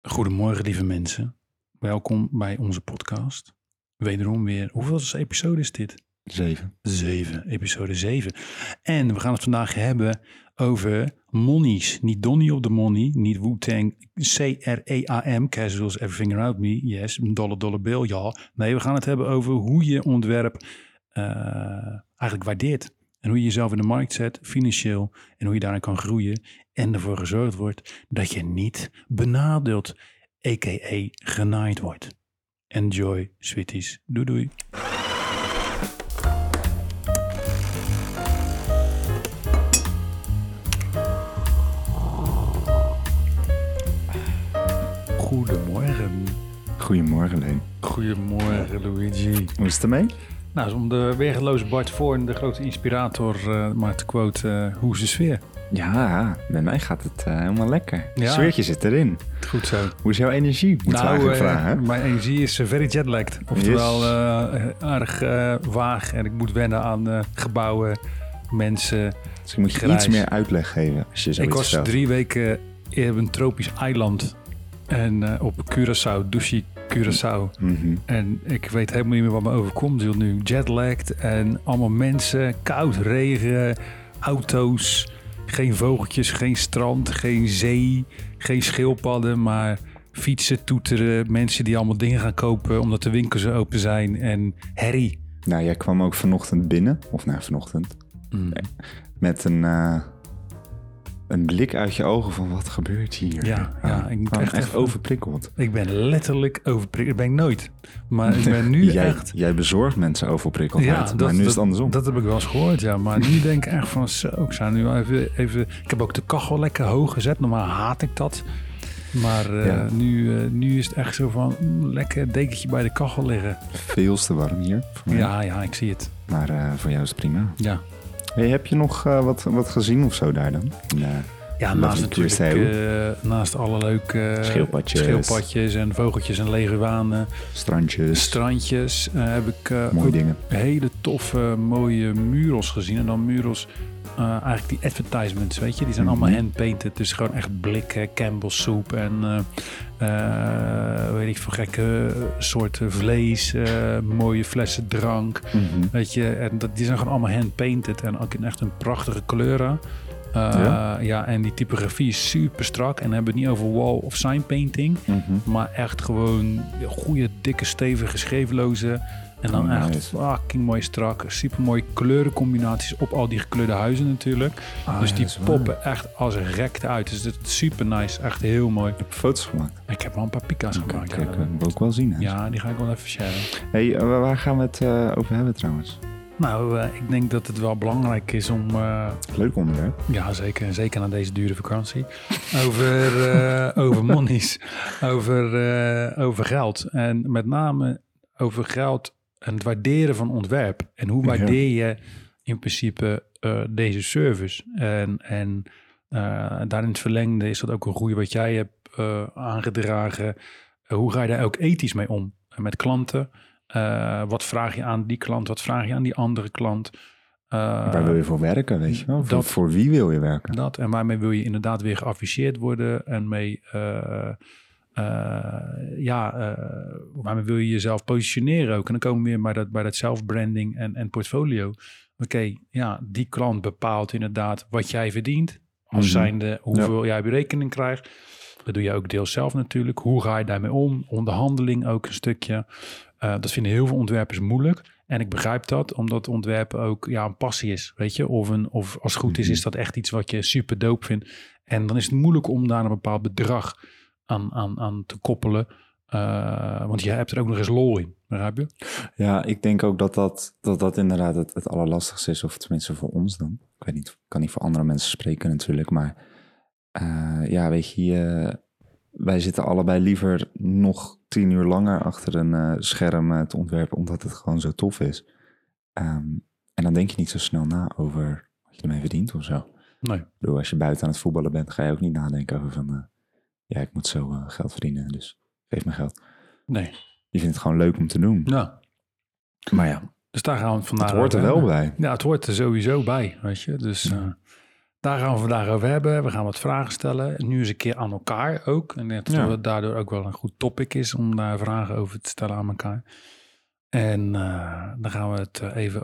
Goedemorgen, lieve mensen. Welkom bij onze podcast. Wederom weer, hoeveelste episode is dit? 7. Episode 7. En we gaan het vandaag hebben over monies. Niet Donnie op de money, niet Wu-Tang, C-R-E-A-M, Casuals, Everything Around Me, yes, dollar bill, ja. Nee, we gaan het hebben over hoe je ontwerp eigenlijk waardeert. En hoe je jezelf in de markt zet, financieel, en hoe je daarin kan groeien. En ervoor gezorgd wordt dat je niet benadeeld, a.k.a. genaaid wordt. Enjoy, sweeties. Doei doei. Goedemorgen. Goedemorgen, Leen. Goedemorgen, Luigi. Hoe is het ermee? Nou, om de weergeloze Bart Voorn, de grote inspirator, maar te quote, hoe is de sfeer? Ja, bij mij gaat het helemaal lekker. Ja. Het sfeertje zit erin. Goed zo. Hoe is jouw energie? Moeten we eigenlijk vragen. Mijn energie is very jetlagged. Oftewel erg vaag en ik moet wennen aan gebouwen, mensen. Dus moet je iets meer uitleg geven als je zoiets Ik was vertelt. 3 weken in een tropisch eiland en op Curaçao, Dushi Curaçao. Mhm. En ik weet helemaal niet meer wat me overkomt. Dus nu jetlagged en allemaal mensen, koud, regen, auto's, geen vogeltjes, geen strand, geen zee, geen schildpadden, maar fietsen, toeteren, mensen die allemaal dingen gaan kopen omdat de winkels zo open zijn en herrie. Nou, jij kwam ook vanochtend binnen, of nou vanochtend, met een blik uit je ogen van wat gebeurt hier. Ja, ik moet echt overprikkeld. Ik ben letterlijk overprikkeld. Dat ben ik nooit. Maar ik ben nu echt... Jij bezorgt mensen overprikkeldheid, maar nu is het andersom. Dat heb ik wel eens gehoord, ja. Maar nu denk ik echt van zo, ik zou nu even... Ik heb ook de kachel lekker hoog gezet. Normaal haat ik dat. Maar nu is het echt zo van lekker dekentje bij de kachel liggen. Veel te warm hier. Voor mij. Ja, ik zie het. Maar voor jou is het prima. Ja. Hey, heb je nog wat gezien of zo daar dan? Ja, naast natuurlijk, naast alle leuke schildpadjes en vogeltjes en leguanen. Strandjes heb ik mooie dingen. Hele toffe, mooie murals gezien. En dan murals, eigenlijk die advertisements, weet je. Die zijn allemaal handpainted. Dus gewoon echt blikken, Campbell's soep en weet ik veel gekke soorten vlees. Mooie flessen drank. Weet je, en die zijn gewoon allemaal handpainted. En ook in echt een prachtige kleuren. En die typografie is super strak. En hebben we het niet over wall of sign painting. Maar echt gewoon goede, dikke, stevige schreeflozen. En dan echt fucking mooi strak. Super mooie kleurencombinaties op al die gekleurde huizen natuurlijk. Dus die poppen echt als een rekte uit. Dus het is super nice. Echt heel mooi. Ik heb foto's gemaakt. Ik heb wel een paar pika's gemaakt. Kijk, dat wil ik wel zien. Hè? Ja, die ga ik wel even sharen. Hey, waar gaan we het over hebben trouwens? Nou, ik denk dat het wel belangrijk is om... Leuk onderwerp. Ja, zeker. Zeker na deze dure vakantie. Over monies. Over geld. En met name over geld en het waarderen van ontwerp. En hoe waardeer je in principe deze service? En daar in het verlengde is dat ook een goede wat jij hebt aangedragen. Hoe ga je daar ook ethisch mee om? Met klanten... wat vraag je aan die klant? Wat vraag je aan die andere klant? Waar wil je voor werken, weet je wel? Voor wie wil je werken? Dat, en waarmee wil je inderdaad weer geafficheerd worden? En waarmee wil je jezelf positioneren ook? En dan komen we weer bij dat self-branding en portfolio. Oké, die klant bepaalt inderdaad wat jij verdient. Als zijnde hoeveel jij berekening krijgt. Dat doe je ook deels zelf natuurlijk. Hoe ga je daarmee om? Onderhandeling ook een stukje. Dat vinden heel veel ontwerpers moeilijk. En ik begrijp dat, omdat ontwerpen ook een passie is, weet je. Of als het goed is dat echt iets wat je super dope vindt. En dan is het moeilijk om daar een bepaald bedrag aan te koppelen. Want je hebt er ook nog eens lol in, begrijp je? Ja, ik denk ook dat inderdaad het allerlastigste is. Of tenminste voor ons dan. Ik weet niet, ik kan niet voor andere mensen spreken natuurlijk. Maar weet je... Wij zitten allebei liever nog 10 uur langer achter een scherm te ontwerpen, omdat het gewoon zo tof is. En dan denk je niet zo snel na over wat je ermee verdient of zo. Nee. Bedoel, als je buiten aan het voetballen bent, ga je ook niet nadenken over van... ik moet zo geld verdienen, dus geef me geld. Nee. Je vindt het gewoon leuk om te doen. Ja. Maar ja, dus daar gaan we vandaag... Het hoort er wel bij. Ja, het hoort er sowieso bij, weet je. Dus Daar gaan we vandaag over hebben. We gaan wat vragen stellen. Nu eens een keer aan elkaar ook. En ik denk dat het daardoor ook wel een goed topic is om daar vragen over te stellen aan elkaar. En dan gaan we het even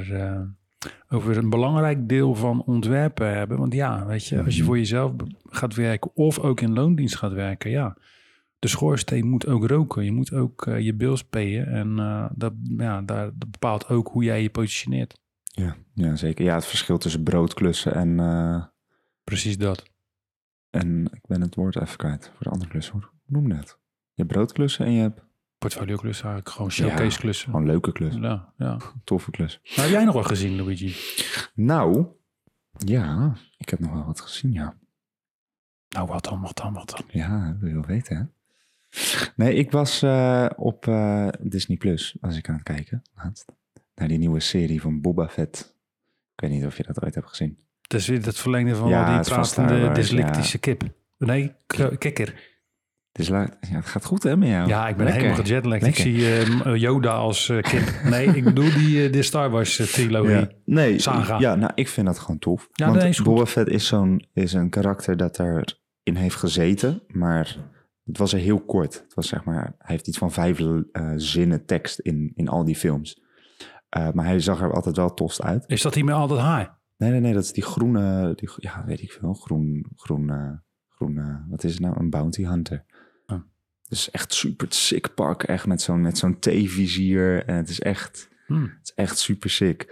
over een belangrijk deel van ontwerpen hebben. Want ja, weet je, als je voor jezelf gaat werken of ook in loondienst gaat werken, ja. De schoorsteen moet ook roken. Je moet ook je bills payen. En dat bepaalt ook hoe jij je positioneert. Ja, zeker. Ja, het verschil tussen broodklussen en... Precies dat. En ik ben het woord even kwijt voor de andere klussen. Hoe noem je dat? Je hebt broodklussen en je hebt... Portfolio-klussen eigenlijk. Gewoon showcase-klussen. Gewoon leuke klussen. Ja. Toffe klussen. Nou, heb jij nog wat gezien, Luigi? Nou, ja. Ik heb nog wel wat gezien, ja. Nou, wat dan? Ja, dat wil je wel weten, hè? Nee, ik was op Disney Plus, was ik aan het kijken. Naar die nieuwe serie van Boba Fett. Ik weet niet of je dat ooit hebt gezien. Het is weer het verlengde van die pratende dyslectische kip. Nee, kikker. Het gaat goed, hè, met jou? Ja, ik ben helemaal gejetlagd. Ik zie Yoda als kip. Nee, ik bedoel de Star Wars trilogie. Saga. Ja, nou, ik vind dat gewoon tof. Ja, want Boba Fett is een karakter dat erin heeft gezeten, maar het was er heel kort. Het was zeg maar, hij heeft iets van 5 zinnen tekst in al die films. Maar hij zag er altijd wel tost uit. Is dat die met altijd haar? Nee, dat is die groene, weet ik veel, groen, wat is het nou? Een bounty hunter. Oh. Dus echt super sick pak, echt met zo'n T-vizier. En het is echt super sick.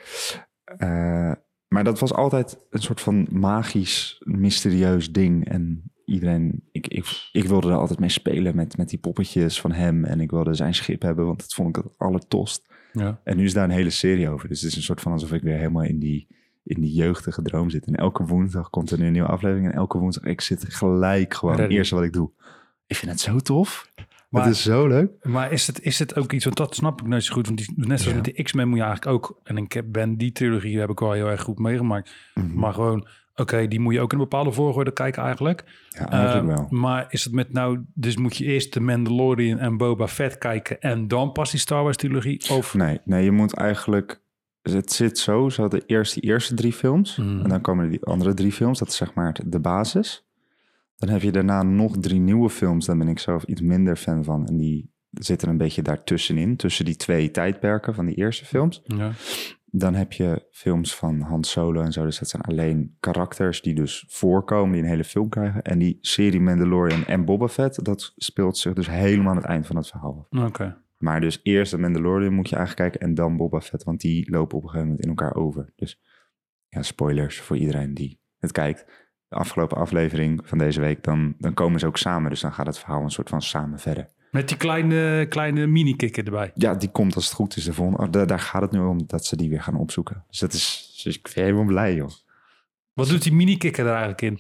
Maar dat was altijd een soort van magisch, mysterieus ding. En iedereen, ik wilde er altijd mee spelen met die poppetjes van hem. En ik wilde zijn schip hebben, want dat vond ik het allertost. Ja. En nu is daar een hele serie over. Dus het is een soort van alsof ik weer helemaal in die jeugdige droom zit. En elke woensdag komt er een nieuwe aflevering. En elke woensdag, ik zit gelijk gewoon het eerste wat ik doe. Ik vind het zo tof. Het is zo leuk. Maar is het ook iets, want dat snap ik nooit zo goed. Want net zoals met de X-Men moet je eigenlijk ook... En die trilogie heb ik wel heel erg goed meegemaakt. Mm-hmm. Maar gewoon, die moet je ook in een bepaalde volgorde kijken eigenlijk. Ja, eigenlijk wel. Maar is het met dus moet je eerst de Mandalorian en Boba Fett kijken... en dan pas die Star Wars trilogie? Of... Nee, je moet eigenlijk... Het zit zo de eerste 3 films. Mm. En dan komen die andere 3 films. Dat is zeg maar de basis. Dan heb je daarna nog 3 nieuwe films. Daar ben ik zelf iets minder fan van. En die zitten een beetje daartussenin. Tussen die 2 tijdperken van die eerste films. Ja. Dan heb je films van Han Solo en zo. Dus dat zijn alleen karakters die dus voorkomen. Die een hele film krijgen. En die serie Mandalorian en Boba Fett. Dat speelt zich dus helemaal aan het eind van het verhaal. Oké. Maar dus eerst de Mandalorian moet je eigenlijk kijken. En dan Boba Fett. Want die lopen op een gegeven moment in elkaar over. Dus ja, spoilers voor iedereen die het kijkt. De afgelopen aflevering van deze week, dan komen ze ook samen. Dus dan gaat het verhaal een soort van samen verder. Met die kleine mini-kikker erbij? Ja, die komt als het goed is de volgende. Daar gaat het nu om dat ze die weer gaan opzoeken. Dus ik ben helemaal blij, joh. Wat doet die mini-kikker er eigenlijk in?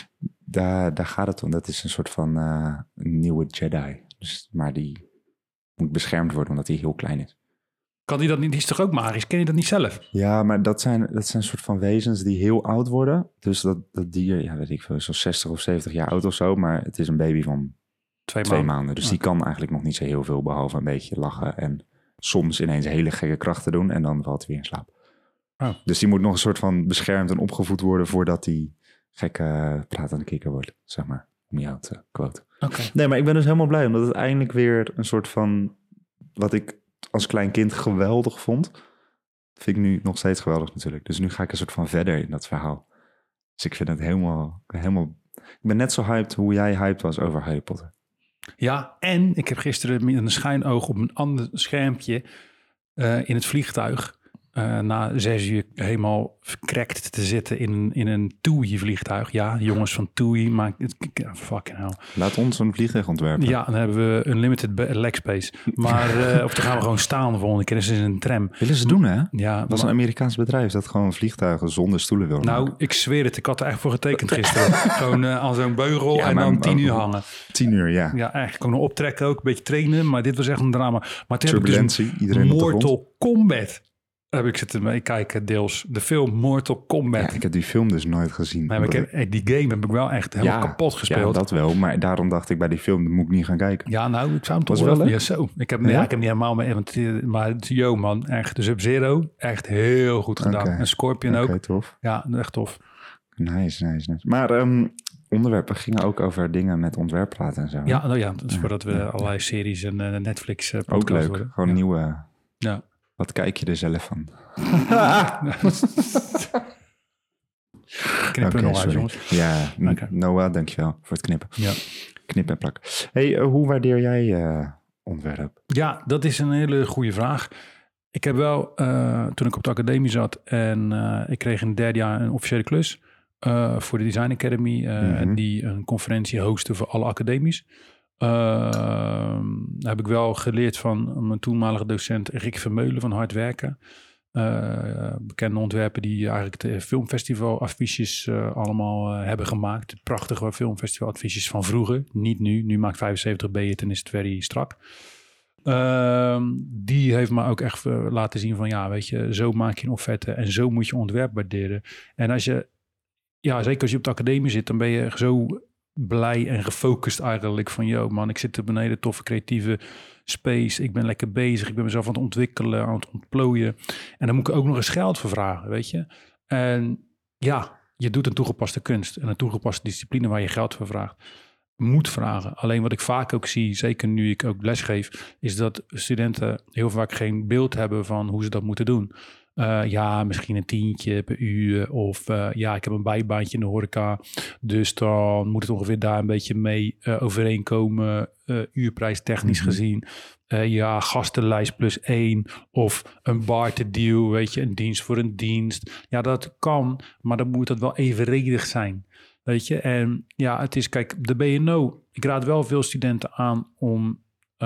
Daar gaat het om. Dat is een soort van nieuwe Jedi. Dus, maar die moet beschermd worden omdat hij heel klein is. Kan die dat niet? Die is toch ook magisch? Ken je dat niet zelf? Ja, maar dat zijn een soort van wezens die heel oud worden. Dus dat dier, ja, weet ik veel, zo'n 60 of 70 jaar oud of zo. Maar het is een baby van 2 maanden. Dus die kan eigenlijk nog niet zo heel veel, behalve een beetje lachen. En soms ineens hele gekke krachten doen en dan valt hij weer in slaap. Oh. Dus die moet nog een soort van beschermd en opgevoed worden voordat die gekke pratende kikker wordt, zeg maar. Om jou te quoten. Okay. Nee, maar ik ben dus helemaal blij, omdat het eindelijk weer een soort van, wat ik als klein kind geweldig vond, vind ik nu nog steeds geweldig natuurlijk. Dus nu ga ik een soort van verder in dat verhaal. Dus ik vind het helemaal... Ik ben net zo hyped hoe jij hyped was over Harry Potter. Ja, en ik heb gisteren met een schuinoog op een ander schermpje in het vliegtuig na 6 uur helemaal verkrekt te zitten in een TUI-vliegtuig. Ja, jongens van TUI, maar fucking hell. Laat ons een vliegtuig ontwerpen. Ja, dan hebben we unlimited leg space. Maar of dan gaan we gewoon staan de volgende keer. Dus in een tram. Willen ze doen, hè? Ja, dat is een Amerikaans bedrijf dat gewoon vliegtuigen zonder stoelen wil maken. Nou, ik zweer het. Ik had er echt voor getekend gisteren. Gewoon aan zo'n beugel en dan 10 uur hangen. 10 uur, ja. Ja, eigenlijk gewoon optrekken ook. Een beetje trainen. Maar dit was echt een drama. Maar toen turbulentie, heb ik dus iedereen Mortal Kombat heb ik zitten meekijken deels. De film Mortal Kombat. Ja, ik heb die film dus nooit gezien. Nee, maar die game heb ik wel echt helemaal kapot gespeeld. Ja, dat wel. Maar daarom dacht ik bij die film, moet ik niet gaan kijken. Ja, nou, ik zou hem toch wel... Ja, zo. Ik heb hem niet helemaal mee. Maar yo, man. Echt. De Sub-Zero, echt heel goed gedaan. Okay. En Scorpion ook. Tof. Ja, echt tof. Nice. Maar onderwerpen gingen ook over dingen met ontwerpplaten en zo. Ja, dat is voordat we allerlei series en Netflix podcasts ook leuk, worden. gewoon nieuwe... Ja. Wat kijk je er zelf van? Knippen nog uit, jongens. Ja, Noah, dankjewel voor het knippen. Ja. Knip en plak. Hey, hoe waardeer jij ontwerp? Ja, dat is een hele goede vraag. Ik heb wel, toen ik op de academie zat en ik kreeg in het derde jaar een officiële klus voor de Design Academy. En die een conferentie hosten voor alle academies. Heb ik wel geleerd van mijn toenmalige docent Rick Vermeulen van Hard Werken. Bekende ontwerper die eigenlijk de filmfestivalaffiches allemaal hebben gemaakt. Prachtige filmfestivalaffiches van vroeger, niet nu. Nu maakt 75B het en is het very strak. Die heeft me ook echt laten zien van ja, weet je, zo maak je een offerte en zo moet je ontwerp waarderen. En als je, ja, zeker als je op de academie zit, dan ben je zo blij en gefocust eigenlijk van yo man, ik zit op een hele toffe creatieve space. Ik ben lekker bezig. Ik ben mezelf aan het ontwikkelen, aan het ontplooien. En dan moet ik ook nog eens geld voor vragen, weet je. En ja, je doet een toegepaste kunst en een toegepaste discipline waar je geld voor vraagt. Moet vragen. Alleen wat ik vaak ook zie, zeker nu ik ook lesgeef, is dat studenten heel vaak geen beeld hebben van hoe ze dat moeten doen. Ja, misschien een tientje per uur of ja, ik heb een bijbaantje in de horeca, dus dan moet het ongeveer daar een beetje mee overeenkomen, uurprijs technisch gezien. Ja, gastenlijst +1 of een barterdeal, weet je, een dienst voor een dienst. Ja, dat kan, maar dan moet dat wel evenredig zijn. Weet je, en ja, het is, kijk, de BNO, ik raad wel veel studenten aan om...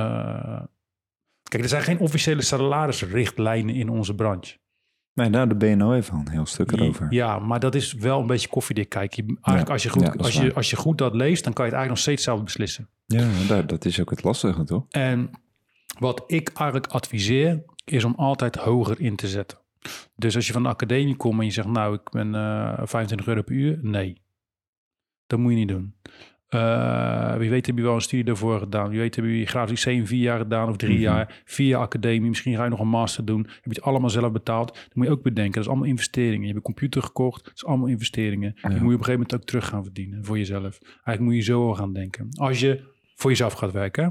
kijk, er zijn geen officiële salarisrichtlijnen in onze branche. Nee, nou, de BNO heeft wel een heel stuk erover. Ja, maar dat is wel een beetje koffiedik kijken. Eigenlijk als je goed dat leest, dan kan je het eigenlijk nog steeds zelf beslissen. Ja, dat is ook het lastige, toch? En wat ik eigenlijk adviseer, is om altijd hoger in te zetten. Dus als je van de academie komt en je zegt, nou, ik ben €25 per uur. Nee. Dat moet je niet doen. Wie weet heb je wel een studie daarvoor gedaan. Wie weet heb je grafisch lyceum 4 jaar gedaan of 3 jaar. 4 jaar academie. Misschien ga je nog een master doen. Heb je het allemaal zelf betaald. Dan moet je ook bedenken. Dat is allemaal investeringen. Je hebt een computer gekocht. Dat is allemaal investeringen. Die moet je op een gegeven moment ook terug gaan verdienen voor jezelf. Eigenlijk moet je zo gaan denken. Als je voor jezelf gaat werken.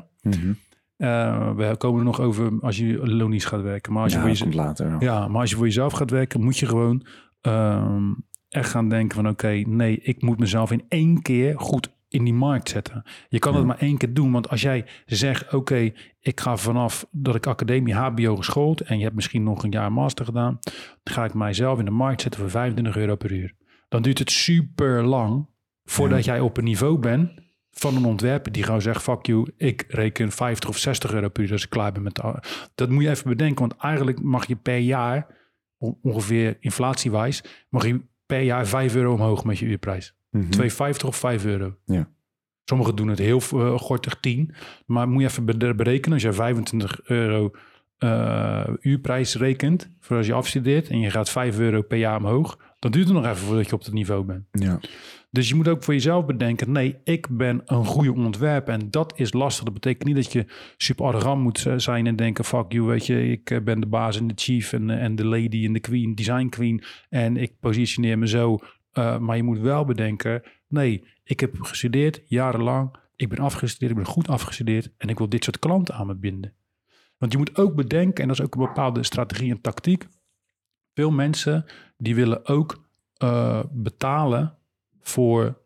We komen er nog over als je lonisch gaat werken. Maar als je voor jezelf, later. Maar als je voor jezelf gaat werken, moet je gewoon... echt gaan denken van oké, nee, ik moet mezelf in 1 keer goed in die markt zetten. Je kan het maar 1 keer doen, want als jij zegt oké, ik ga vanaf dat ik academie HBO geschoold en je hebt misschien nog een jaar master gedaan, dan ga ik mijzelf in de markt zetten voor €25 per uur. Dan duurt het super lang voordat jij op een niveau bent van een ontwerper die gewoon zegt fuck you, ik reken €50 of €60 per uur als ik klaar ben met dat moet je even bedenken, want eigenlijk mag je per jaar ongeveer inflatiewijs, mag je per jaar €5 omhoog met je uurprijs. €2,50 of €5. Ja. Sommigen doen het heel gortig 10. Maar moet je even berekenen. Als je €25 uurprijs rekent, voor als je afstudeert en je gaat €5 per jaar omhoog, dan duurt het nog even voordat je op dat niveau bent. Ja. Dus je moet ook voor jezelf bedenken, nee, ik ben een goede ontwerper en dat is lastig. Dat betekent niet dat je super arrogant moet zijn en denken, fuck you, weet je, ik ben de baas en de chief en de lady en de queen, design queen en ik positioneer me zo. Maar je moet wel bedenken, nee, ik heb gestudeerd jarenlang, ik ben afgestudeerd, ik ben goed afgestudeerd en ik wil dit soort klanten aan me binden. Want je moet ook bedenken, en dat is ook een bepaalde strategie en tactiek, veel mensen die willen ook betalen voor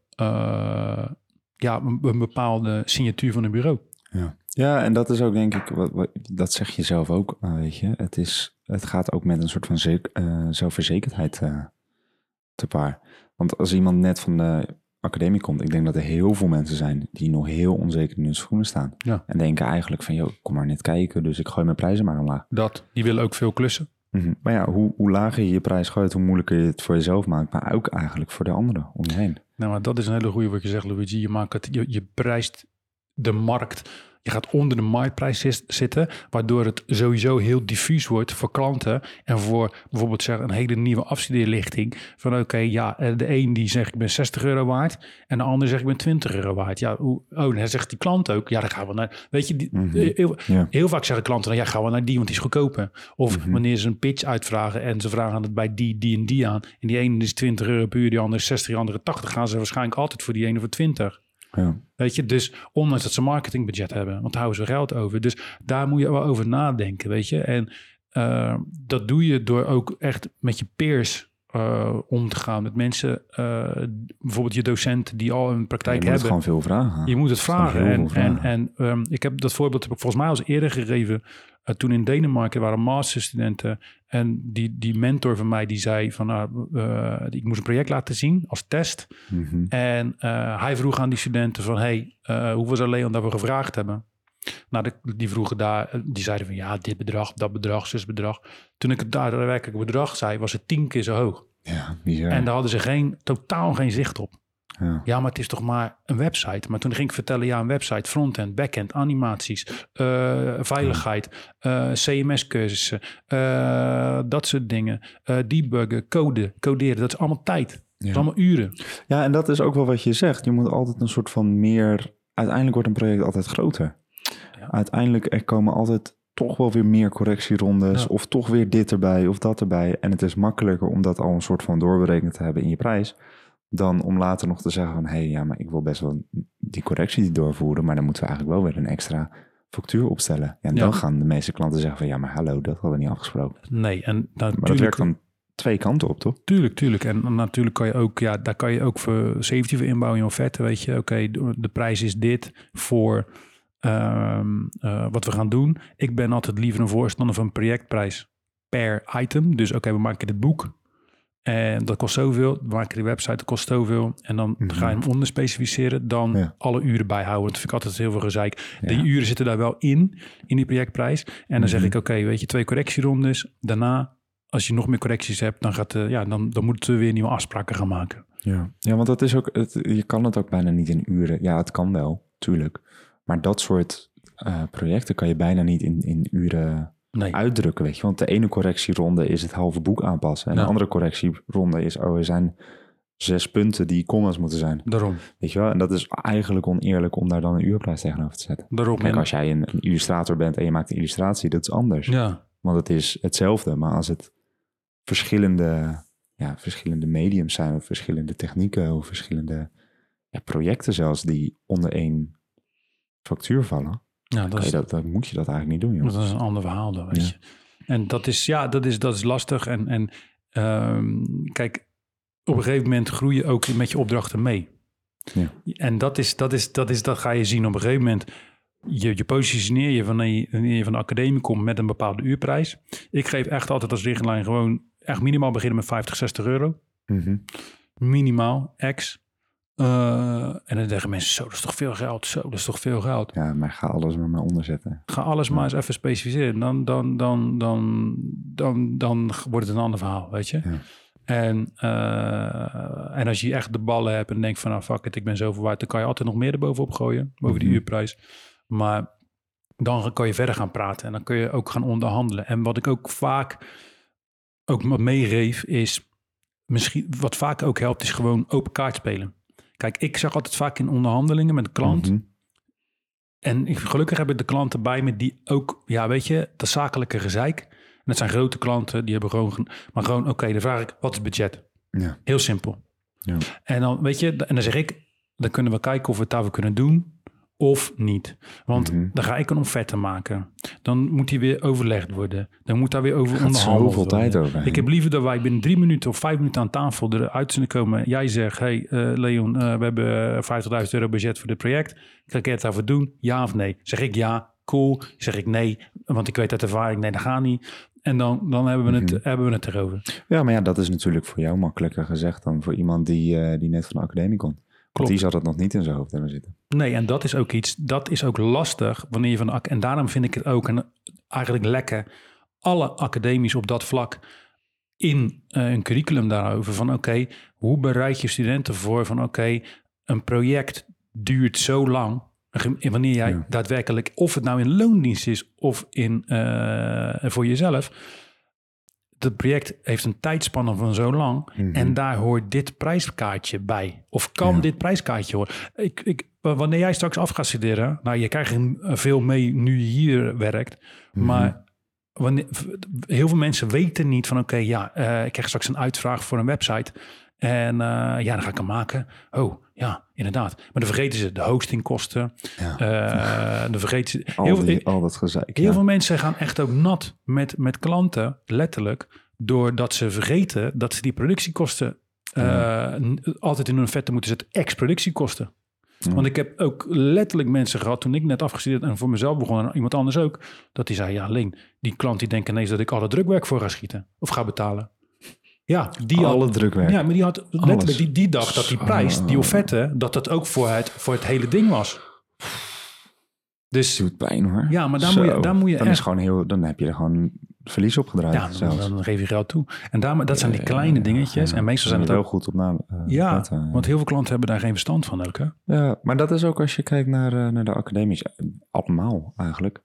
een bepaalde signatuur van een bureau. Ja, en dat is ook denk ik, dat zeg je zelf ook, weet je. Het gaat ook met een soort van zelfverzekerdheid te paar. Want als iemand net van de academie komt, ik denk dat er heel veel mensen zijn die nog heel onzeker in hun schoenen staan. Ja. En denken eigenlijk van, joh, kom maar net kijken, dus ik gooi mijn prijzen maar omlaag. Die willen ook veel klussen. Maar ja, hoe lager je je prijs gooit, hoe moeilijker je het voor jezelf maakt, maar ook eigenlijk voor de anderen om je heen. Nou, maar dat is een hele goede wat je zegt, Luigi. Je prijst de markt. Je gaat onder de marktprijs zitten, waardoor het sowieso heel diffuus wordt voor klanten en voor bijvoorbeeld een hele nieuwe afstudeerlichting. Van de een die zegt ik ben €60 waard en de ander zegt ik ben €20 waard. Ja, dan zegt die klant ook, ja dan gaan we naar, weet je, heel vaak zeggen klanten, ja gaan we naar die, want die is goedkoper. Of wanneer ze een pitch uitvragen en ze vragen het bij die en die aan en die ene is €20 per uur, die andere is 60, die andere 80, gaan ze waarschijnlijk altijd voor die ene voor 20. Ja. Weet je, dus ondanks dat ze marketingbudget hebben, want daar houden ze geld over. Dus daar moet je wel over nadenken, weet je. En dat doe je door ook echt met je peers om te gaan. Met mensen, bijvoorbeeld je docenten die al een praktijk hebben. Je moet gewoon veel vragen. Je moet het vragen. Ik heb dat voorbeeld volgens mij al eerder gegeven. Toen in Denemarken waren masterstudenten en die mentor van mij die zei van ik moest een project laten zien als test. En hij vroeg aan die studenten van hoeveel zou Leon dat we gevraagd hebben? Nou, die vroegen daar, die zeiden van ja, dit bedrag, dat bedrag, zus bedrag. Toen ik het daadwerkelijk bedrag zei, was het 10 keer zo hoog. Ja, bizar. En daar hadden ze totaal geen zicht op. Ja, maar het is toch maar een website. Maar toen ging ik vertellen, ja, een website, frontend, backend, animaties, veiligheid, CMS-cursussen, dat soort dingen, debuggen, coderen, dat is allemaal tijd. Dat is allemaal uren. Ja, en dat is ook wel wat je zegt. Je moet altijd een soort van meer... Uiteindelijk wordt een project altijd groter. Ja. Uiteindelijk er komen altijd toch wel weer meer correctierondes of toch weer dit erbij of dat erbij. En het is makkelijker om dat al een soort van doorberekend te hebben in je prijs, dan om later nog te zeggen van maar ik wil best wel die correctie doorvoeren, maar dan moeten we eigenlijk wel weer een extra factuur opstellen. Ja, en dan gaan de meeste klanten zeggen van maar hallo, dat hadden we niet afgesproken. Nee, en maar dat werkt dan twee kanten op, toch? Tuurlijk. En natuurlijk kan je ook, daar kan je ook voor safety voor inbouwen in je offerte, weet je. De prijs is dit voor wat we gaan doen. Ik ben altijd liever een voorstander van een projectprijs per item. Dus we maken dit boek en dat kost zoveel. We maken die website, dat kost zoveel. En dan ga je hem onderspecificeren, dan alle uren bijhouden. Dat vind ik altijd heel veel gezeik. Ja. Die uren zitten daar wel in die projectprijs. En dan zeg ik, weet je, 2 correctierondes. Daarna, als je nog meer correcties hebt, dan moeten we weer nieuwe afspraken gaan maken. Ja, want dat is ook, je kan het ook bijna niet in uren. Ja, het kan wel, tuurlijk. Maar dat soort projecten kan je bijna niet in uren uitdrukken, weet je. Want de ene correctieronde is het halve boek aanpassen. En de andere correctieronde is, er zijn 6 punten die commas moeten zijn. Daarom. Weet je wel? En dat is eigenlijk oneerlijk om daar dan een uurprijs tegenover te zetten. Daarom. Kijk, als jij een illustrator bent en je maakt een illustratie, dat is anders. Ja. Want het is hetzelfde, maar als het verschillende mediums zijn, of verschillende technieken, of verschillende projecten zelfs, die onder één factuur vallen, dan moet je dat eigenlijk niet doen, joh. Dat is een ander verhaal, dan, weet je. En dat is lastig. En kijk, op een gegeven moment groei je ook met je opdrachten mee. Ja. En dat ga je zien op een gegeven moment. Je positioneer je wanneer je van de academie komt met een bepaalde uurprijs. Ik geef echt altijd als richtlijn gewoon echt minimaal beginnen met 50, 60 euro. Minimaal, ex. En dan zeggen mensen, zo, dat is toch veel geld. Ja, maar ga alles maar onderzetten. Ga alles maar eens even specificeren. Dan wordt het een ander verhaal, weet je. Ja. En als je echt de ballen hebt en denkt van, fuck it, ik ben zoveel waard, dan kan je altijd nog meer erbovenop gooien, boven die uurprijs. Maar dan kan je verder gaan praten en dan kun je ook gaan onderhandelen. En wat ik ook vaak meegeef is, misschien wat vaak ook helpt, is gewoon open kaart spelen. Kijk, ik zeg altijd vaak in onderhandelingen met de klant. En gelukkig heb ik de klanten bij me die ook, weet je, dat zakelijke gezeik. En dat zijn grote klanten, die hebben gewoon, maar gewoon, dan vraag ik, wat is budget? Ja. Heel simpel. Ja. En dan, weet je, en dan zeg ik, dan kunnen we kijken of we het daarvoor kunnen doen of niet. Want dan ga ik een offerte maken. Dan moet die weer overlegd worden. Dan moet daar weer over onderhandeld worden. Tijd over. Ik heb liever dat wij binnen 3 minuten of 5 minuten aan tafel eruit zullen komen. Jij zegt, Leon, we hebben €50.000 budget voor dit project. Kan ik het daarvoor doen? Ja of nee? Zeg ik ja, cool. Zeg ik nee, want ik weet uit ervaring, nee, dat gaat niet. En dan hebben we het erover. Ja, maar dat is natuurlijk voor jou makkelijker gezegd dan voor iemand die net van de academie komt. Want die zal het nog niet in zijn hoofd hebben zitten. Nee, en dat is ook iets, dat is ook lastig wanneer je en daarom vind ik het ook eigenlijk lekker, alle academies op dat vlak in een curriculum daarover van hoe bereid je studenten voor van een project duurt zo lang Wanneer jij daadwerkelijk, of het nou in loondienst is of in voor jezelf, het project heeft een tijdspanne van zo lang en daar hoort dit prijskaartje bij. Of kan dit prijskaartje horen. Wanneer jij straks af gaat studeren, nou, je krijgt veel mee nu je hier werkt, maar heel veel mensen weten niet van ik krijg straks een uitvraag voor een website en dan ga ik hem maken. Oh, ja, inderdaad. Maar dan vergeten ze de hostingkosten. Dan vergeten ze al dat gezeik. Heel veel mensen gaan echt ook nat met klanten, letterlijk, doordat ze vergeten dat ze die productiekosten altijd in hun vetten moeten zetten, ex-productiekosten. Want ik heb ook letterlijk mensen gehad toen ik net afgestudeerd en voor mezelf begon en iemand anders ook, dat die zei, alleen die klant die denkt ineens dat ik alle drukwerk voor ga schieten of ga betalen. Ja, alle drukwerk. Ja, maar die had letterlijk die dacht dat die prijs, die offerte, dat ook voor het hele ding was. Dus het doet pijn hoor. Ja, maar daar moet je dan echt... is gewoon dan heb je er gewoon verlies op gedraaid. Ja, dan geef je geld toe. En dat zijn die kleine dingetjes. En meestal zijn het heel goed op naam. Want heel veel klanten hebben daar geen verstand van ook. Hè? Ja, maar dat is ook als je kijkt naar de academies. Allemaal eigenlijk.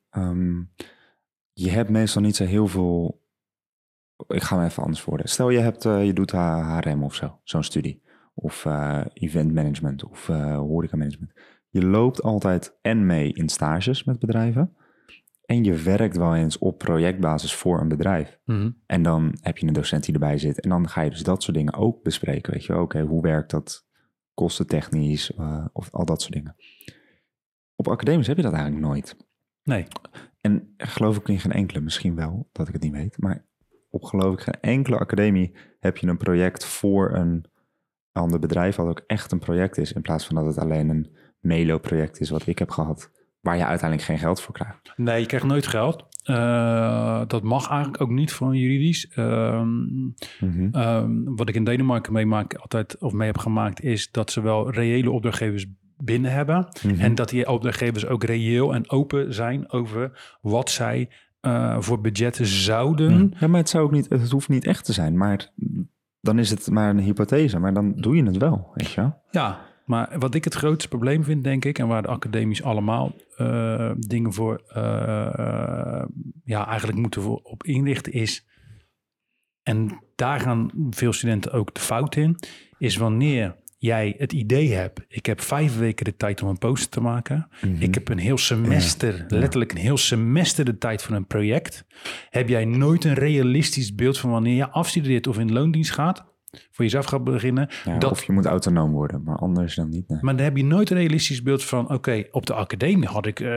Je hebt meestal niet zo heel veel... Ik ga hem even anders voorstellen. Stel je doet HRM of zo, zo'n studie. Of event management of horeca management. Je loopt altijd mee in stages met bedrijven. En je werkt wel eens op projectbasis voor een bedrijf. Mm-hmm. En dan heb je een docent die erbij zit. En dan ga je dus dat soort dingen ook bespreken. Weet je, oké, hoe werkt dat kostentechnisch of al dat soort dingen. Op academies heb je dat eigenlijk nooit. Nee. En geloof ik in geen enkele, misschien wel, dat ik het niet weet. Maar op geloof ik geen enkele academie heb je een project voor een ander bedrijf, wat ook echt een project is, in plaats van dat het alleen een meeloopproject is wat ik heb gehad, waar je uiteindelijk geen geld voor krijgt. Nee, je krijgt nooit geld. Dat mag eigenlijk ook niet van juridisch. Wat ik in Denemarken mee heb gemaakt, is dat ze wel reële opdrachtgevers binnen hebben. Mm-hmm. En dat die opdrachtgevers ook reëel en open zijn over wat zij voor budgetten zouden. Ja, maar het hoeft niet echt te zijn, maar dan is het maar een hypothese, maar dan doe je het wel, weet je wel? Ja, maar wat ik het grootste probleem vind, denk ik, en waar de academies allemaal dingen voor eigenlijk moeten op inrichten is, en daar gaan veel studenten ook de fout in, is wanneer jij het idee hebt, ik heb 5 weken de tijd om een poster te maken. Mm-hmm. Ik heb een heel semester, letterlijk een heel semester de tijd voor een project. Heb jij nooit een realistisch beeld van wanneer je afstudeert of in loondienst gaat, voor jezelf gaat beginnen. Ja, of je moet autonoom worden, maar anders dan niet. Nee. Maar dan heb je nooit een realistisch beeld van, oké, op de academie had ik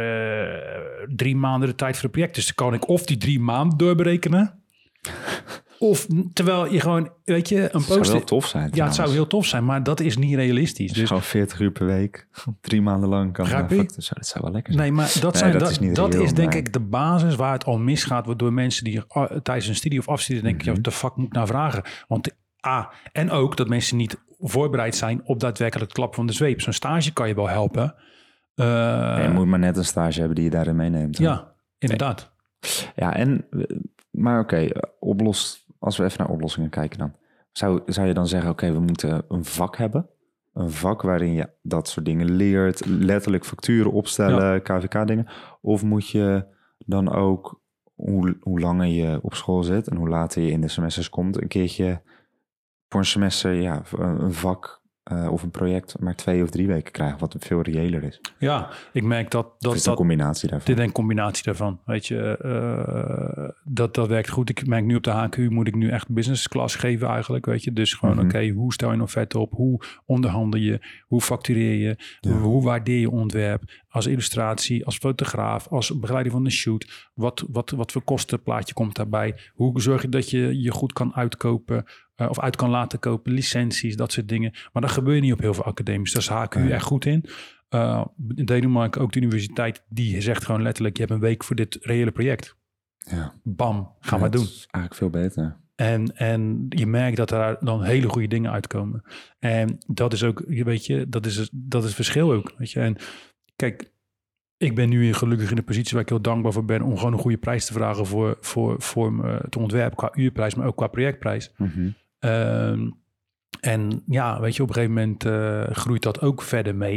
3 maanden de tijd voor het project. Dus dan kan ik of die 3 maanden doorberekenen. Of terwijl je gewoon, weet je, een poster... Het zou heel tof zijn. Ja, het zou heel tof zijn, maar dat is niet realistisch. Dus gewoon 40 uur per week, 3 maanden lang kan... Dat zou wel lekker zijn. Nee, maar dat is denk ik de basis waar het al misgaat, waardoor mensen die tijdens een studie of afstuderen denken, ja, wat de fuck moet ik nou vragen? Want en ook dat mensen niet voorbereid zijn op daadwerkelijk het klap van de zweep. Zo'n stage kan je wel helpen. Je moet maar net een stage hebben die je daarin meeneemt. Ja, inderdaad. Nee. Ja, maar oké, als we even naar oplossingen kijken dan. Zou je dan zeggen, oké, we moeten een vak hebben? Een vak waarin je dat soort dingen leert, letterlijk facturen opstellen, KVK-dingen? Of moet je dan ook, hoe langer je op school zit en hoe later je in de semesters komt, een keertje voor een semester een vak of een project maar 2 of 3 weken krijgen, wat veel reëler is. Ja, ik merk dat is een combinatie daarvan. Dit is een combinatie daarvan. Weet je, dat werkt goed. Ik merk nu op de HQ moet ik nu echt business class geven eigenlijk, weet je. Dus gewoon, oké, hoe stel je een offerte op? Hoe onderhandel je? Hoe factureer je? Ja. Hoe waardeer je ontwerp? Als illustratie, als fotograaf, als begeleider van de shoot. Wat voor kostenplaatje komt daarbij? Hoe zorg je dat je je goed kan uitkopen? Of uit kan laten kopen, licenties, dat soort dingen. Maar dat gebeurt niet op heel veel academies. Daar is HQ echt goed in. In Denemarken ook de universiteit, die zegt gewoon letterlijk, je hebt een week voor dit reële project. Ja. Bam, gaan we doen. Dat is eigenlijk veel beter. En je merkt dat er dan hele goede dingen uitkomen. En dat is ook, weet je, dat is het verschil ook. Weet je. En kijk, ik ben nu gelukkig in de positie waar ik heel dankbaar voor ben om gewoon een goede prijs te vragen voor het ontwerp qua uurprijs, maar ook qua projectprijs. Mm-hmm. En ja, weet je, op een gegeven moment groeit dat ook verder mee.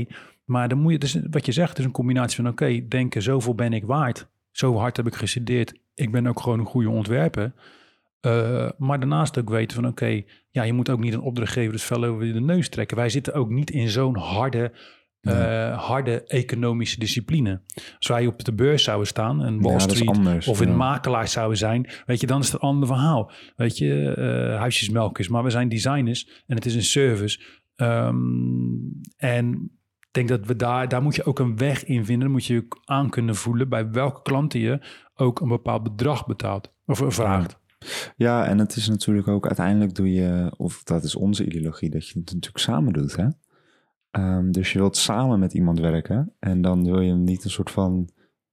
Maar dan moet je, dus wat je zegt, is een combinatie van denken, zoveel ben ik waard. Zo hard heb ik gestudeerd. Ik ben ook gewoon een goede ontwerper. Maar daarnaast ook weten van je moet ook niet een opdrachtgever het vel over de neus trekken. Wij zitten ook niet in zo'n harde economische discipline. Als wij op de beurs zouden staan en Wall Street anders, of in makelaars zouden zijn, weet je, dan is het een ander verhaal. Weet je, huisjesmelkers, maar we zijn designers en het is een service. En ik denk dat we daar moet je ook een weg in vinden. Dan moet je aan kunnen voelen bij welke klanten je ook een bepaald bedrag betaalt of vraagt. Ja, en het is natuurlijk ook uiteindelijk doe je, of dat is onze ideologie, dat je het natuurlijk samen doet, hè? Dus je wilt samen met iemand werken en dan wil je hem niet een soort van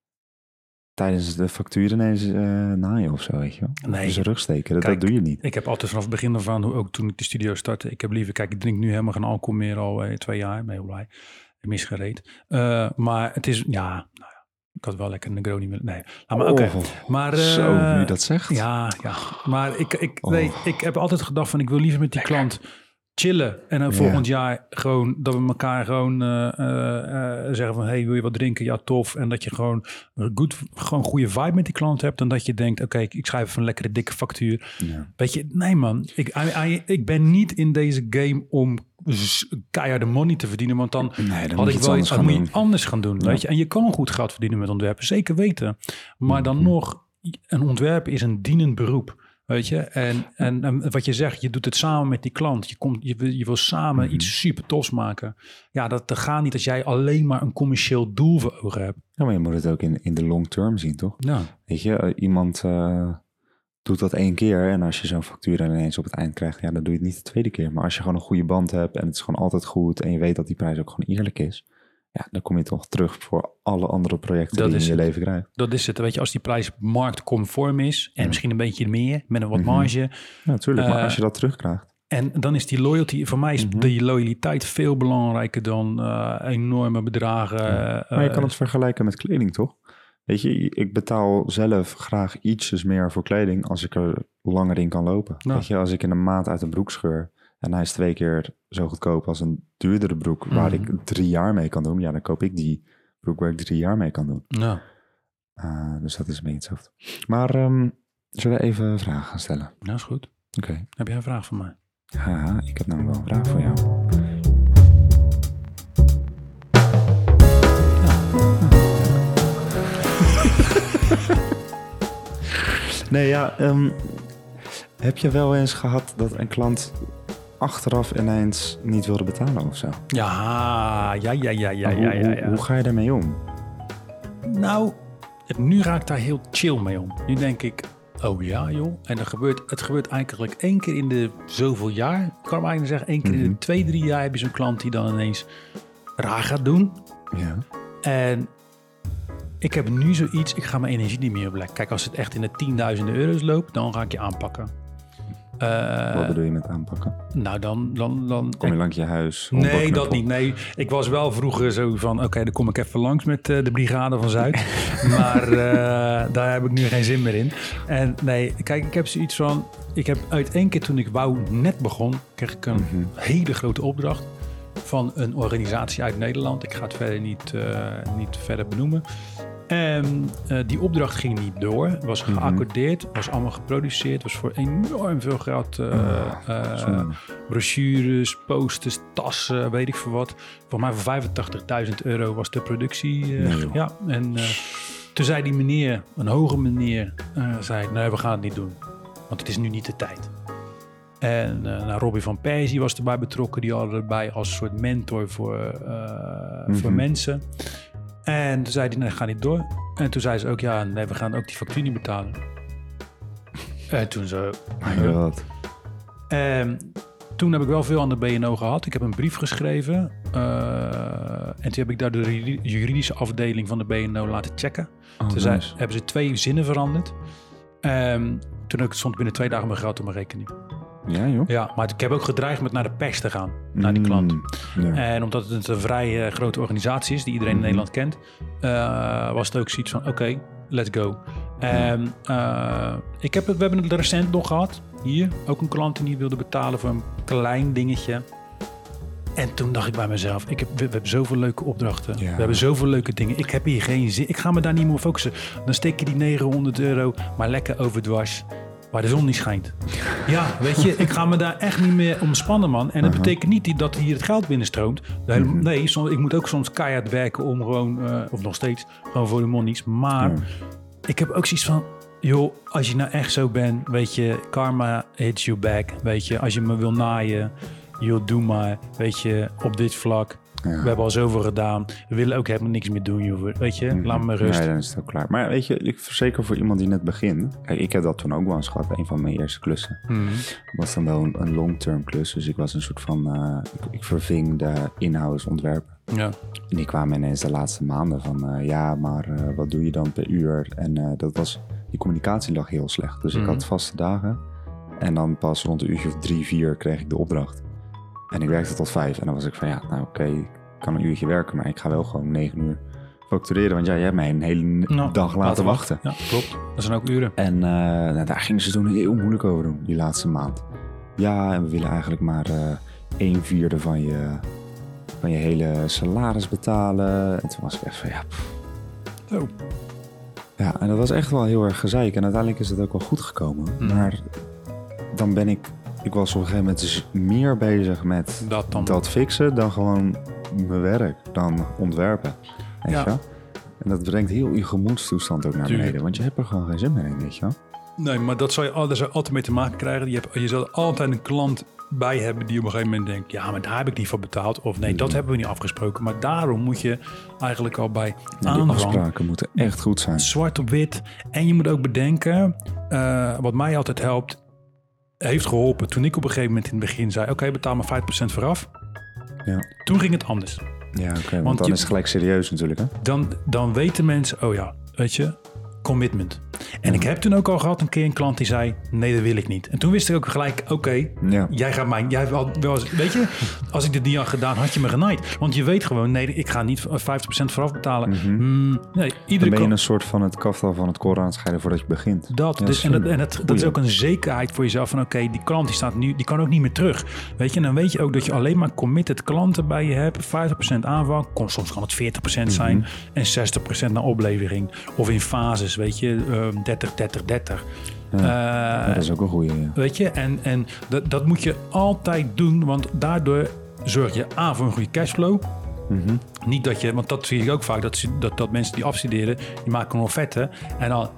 tijdens de factuur ineens naaien of zo, weet je wel? Nee. In zijn rug steken, dat doe je niet. Ik heb altijd vanaf het begin af aan, ook toen ik de studio startte, ik heb liever, ik drink nu helemaal geen alcohol meer al 2 jaar, ben heel blij. Misgereed. Maar het is, ik had wel lekker een Negroni met... Nee, maar Maar, zo, nu dat zegt. Ja. Maar ik heb altijd gedacht van, ik wil liever met die klant chillen. En dan volgend jaar gewoon, dat we elkaar gewoon zeggen van, hey, wil je wat drinken? Ja, tof. En dat je gewoon goede vibe met die klant hebt. Dan dat je denkt, ik schrijf even een lekkere dikke factuur. Ja. Weet je, nee man. Ik ben niet in deze game om keihard de money te verdienen, want dan had ik wel iets anders gaan doen. Weet je? En je kan goed geld verdienen met ontwerpen, zeker weten. Maar dan nog, een ontwerp is een dienend beroep. Weet je, en wat je zegt, je doet het samen met die klant. Je wil samen iets super tofs maken. Ja, dat gaat niet als jij alleen maar een commercieel doel voor ogen hebt. Ja, maar je moet het ook in de long term zien, toch? Ja. Weet je, iemand doet dat 1 keer en als je zo'n factuur ineens op het eind krijgt, dan doe je het niet de tweede keer. Maar als je gewoon een goede band hebt en het is gewoon altijd goed en je weet dat die prijs ook gewoon eerlijk is, dan kom je toch terug voor alle andere projecten die je in je leven krijgt. Dat is het. Weet je, als die prijs marktconform is en misschien een beetje meer met een wat marge. Ja, natuurlijk. Maar als je dat terugkrijgt. En dan is die loyalty, voor mij is die loyaliteit veel belangrijker dan enorme bedragen. Maar je kan het vergelijken met kleding, toch? Weet je, ik betaal zelf graag ietsjes meer voor kleding als ik er langer in kan lopen. Ja. Weet je, als ik in een maand uit een broek scheur en hij is 2 keer zo goedkoop als een duurdere broek waar ik 3 jaar mee kan doen, dan koop ik die broek waar ik 3 jaar mee kan doen. Ja. Dus dat is een beetje hetzelfde. Maar zullen we even vragen gaan stellen? Ja, is goed. Oké. Heb jij een vraag voor mij? Ja, ik heb namelijk wel een vraag voor jou. Nee, heb je wel eens gehad dat een klant achteraf ineens niet wilde betalen of zo? Ja. Hoe ga je daarmee om? Nou, nu ga ik daar heel chill mee om. Nu denk ik, oh ja joh. En het gebeurt eigenlijk 1 keer in de zoveel jaar. Ik kan eigenlijk zeggen, 1 keer in de 2, 3 jaar heb je zo'n klant die dan ineens raar gaat doen. Ja. En ik heb nu zoiets, ik ga mijn energie niet meer opleggen. Kijk, als het echt in de 10.000 euro's loopt, dan ga ik je aanpakken. Wat bedoel je met aanpakken? Nou, dan kom je langs je huis? Nee, dat niet. Nee, ik was wel vroeger zo van, dan kom ik even langs met de Brigade van Zuid. Maar daar heb ik nu geen zin meer in. En nee, kijk, ik heb zoiets van, ik heb uit 1 keer toen ik net begon, kreeg ik een hele grote opdracht van een organisatie uit Nederland. Ik ga het verder niet verder benoemen. En die opdracht ging niet door. Was geaccordeerd, was allemaal geproduceerd. Was voor enorm veel geld. Brochures, posters, tassen, weet ik veel wat. Voor mij voor €85.000 was de productie. Ja, en toen zei die meneer, een hoge meneer, zei nee, we gaan het niet doen. Want het is nu niet de tijd. En Robbie van Persie was erbij betrokken. Die hadden erbij als soort mentor voor mensen. En toen zei hij, nee, ga niet door. En toen zei ze ook, nee, we gaan ook die factuur niet betalen. En toen zo... Wat? Toen heb ik wel veel aan de BNO gehad. Ik heb een brief geschreven. En toen heb ik daar de juridische afdeling van de BNO laten checken. Toen hebben ze 2 zinnen veranderd. Toen stond binnen 2 dagen mijn geld op mijn rekening. Ja, joh. Ja, maar ik heb ook gedreigd met naar de pers te gaan, naar die klant. Ja. En omdat het een vrij grote organisatie is, die iedereen in Nederland kent, was het ook zoiets van, oké, let's go. We hebben het recent nog gehad, hier, ook een klant die niet wilde betalen voor een klein dingetje. En toen dacht ik bij mezelf, we hebben zoveel leuke opdrachten. Ja. We hebben zoveel leuke dingen. Ik heb hier geen zin. Ik ga me daar niet meer op focussen. Dan steek je die €900 maar lekker overdwars. Waar de zon niet schijnt. Ja, weet je, ik ga me daar echt niet meer om spannen, man. En dat betekent niet dat hier het geld binnenstroomt. Nee, ik moet ook soms keihard werken om gewoon, of nog steeds, gewoon voor de monies. Maar ik heb ook zoiets van, joh, als je nou echt zo bent, weet je, karma hits you back. Weet je, als je me wil naaien, joh, doe maar, weet je, op dit vlak. Ja. We hebben al zoveel gedaan. We willen ook helemaal niks meer doen, joh. Weet je, laat me rust. Nee, dan is het ook klaar. Maar weet je, ik verzeker voor iemand die net begint. Kijk, ik heb dat toen ook wel eens gehad. Een van mijn eerste klussen. Was dan wel een long-term klus. Dus ik was een soort van... ik verving de in-house ontwerpen. Ja. En die kwamen ineens de laatste maanden van... maar wat doe je dan per uur? En die communicatie lag heel slecht. Dus ik had vaste dagen. En dan pas rond een uurtje of 3, 4 kreeg ik de opdracht. En ik werkte tot 5. En dan was ik van, oké, ik kan een uurtje werken, maar ik ga wel gewoon 9 uur factureren. Want jij hebt mij een hele dag laten wachten. Ja, klopt. Dat zijn ook uren. En daar gingen ze toen heel moeilijk over doen, die laatste maand. Ja, en we willen eigenlijk maar 1/4 van je hele salaris betalen. En toen was ik echt van, Zo. Ja, en dat was echt wel heel erg gezeik. En uiteindelijk is het ook wel goed gekomen. Maar dan ben ik was op een gegeven moment dus meer bezig met dat fixen dan gewoon mijn werk, dan ontwerpen. Weet je wel? En dat brengt heel je gemoedstoestand ook naar beneden, want je hebt er gewoon geen zin meer in, weet je wel? Nee, maar daar zou je altijd mee te maken krijgen. Je zal altijd een klant bij hebben die op een gegeven moment denkt, ja, maar daar heb ik niet voor betaald. Of nee, dat hebben we niet afgesproken. Maar daarom moet je eigenlijk al bij aanvang... Die afspraken moeten echt goed zijn. Zwart op wit. En je moet ook bedenken, wat mij altijd helpt, heeft geholpen toen ik op een gegeven moment in het begin zei, oké, betaal maar 5% vooraf. Ja. Toen ging het anders. Ja, oké, want dan is het gelijk serieus natuurlijk, hè? Dan weten mensen, oh ja, weet je, commitment. En ik heb toen ook al gehad een keer een klant die zei, nee, dat wil ik niet. En toen wist ik ook gelijk, oké, jij weet je, als ik dit niet had gedaan, had je me genaaid. Want je weet gewoon, nee, ik ga niet 50% vooraf betalen. Dan ben je een soort van het kaftal van het koren aan het scheiden voordat je begint. Dat is ook een zekerheid voor jezelf van, oké, die klant die staat nu, die kan ook niet meer terug. Weet je, en dan weet je ook dat je alleen maar committed klanten bij je hebt, 50% aanvang, soms kan het 40% zijn en 60% naar oplevering. Of in fases, weet je, 30. Ja, dat is ook een goeie. Ja. Weet je, en dat moet je altijd doen, want daardoor zorg je voor een goede cashflow. Niet dat je, want dat zie ik ook vaak, dat mensen die afstuderen, die maken een offerte en dan,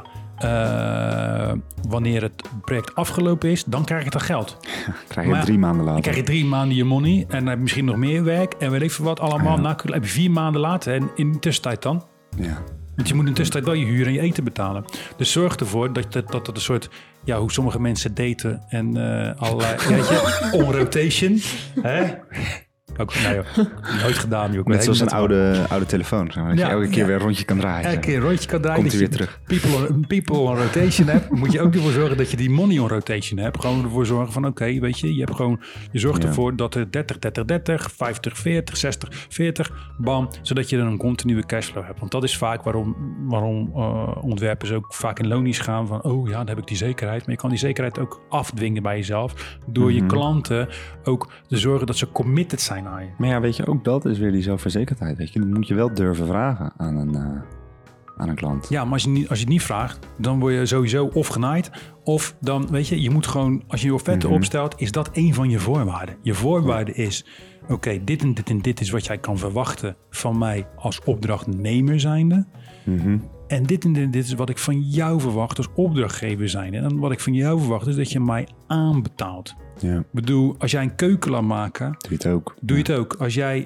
wanneer het project afgelopen is, dan krijg je dat geld. Krijg je 3 maanden later. Dan krijg je 3 maanden je money en dan heb je misschien nog meer werk en weet ik veel wat allemaal. Dan heb je 4 maanden later en in de tussentijd dan. Ja. Want je moet in de tussentijd wel je huur en je eten betalen. Dus zorg ervoor dat een soort, hoe sommige mensen daten en allerlei, weet je, on rotation. Hè? Ook, nooit gedaan. Joh. Net zoals een oude telefoon. Zeg maar, dat je elke keer weer een rondje kan draaien. Elke keer een rondje kan draaien. Komt hij weer terug. People on rotation hebt. Moet je ook ervoor zorgen dat je die money on rotation hebt. Gewoon ervoor zorgen van weet je, je zorgt ervoor dat er 30, 50, 40, 60, 40, bam. Zodat je dan een continue cashflow hebt. Want dat is vaak waarom ontwerpers ook vaak in lonies gaan van, dan heb ik die zekerheid. Maar je kan die zekerheid ook afdwingen bij jezelf. Door je klanten ook te zorgen dat ze committed zijn. Maar ja, weet je, ook dat is weer die zelfverzekerdheid. Weet je, dan moet je wel durven vragen aan een klant. Ja, maar als je het niet vraagt, dan word je sowieso of genaaid. Of dan, weet je moet gewoon, als je je offerte opstelt, is dat een van je voorwaarden. Je voorwaarde is, oké, dit en dit is wat jij kan verwachten van mij als opdrachtnemer zijnde. En dit en dit is wat ik van jou verwacht als opdrachtgever zijnde. En wat ik van jou verwacht is dat je mij aanbetaalt. Ja. Ik bedoel, als jij een keuken laat maken, doe je het ook. Doe je het ook. Als jij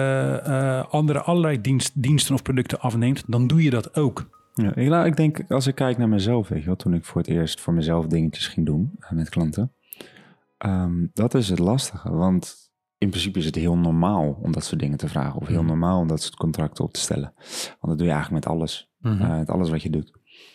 allerlei diensten of producten afneemt, dan doe je dat ook. Ja, ik denk, als ik kijk naar mezelf, weet je wel, toen ik voor het eerst voor mezelf dingetjes ging doen met klanten, dat is het lastige. Want in principe is het heel normaal om dat soort dingen te vragen. Of heel normaal om dat soort contracten op te stellen. Want dat doe je eigenlijk met alles. Met alles wat je doet.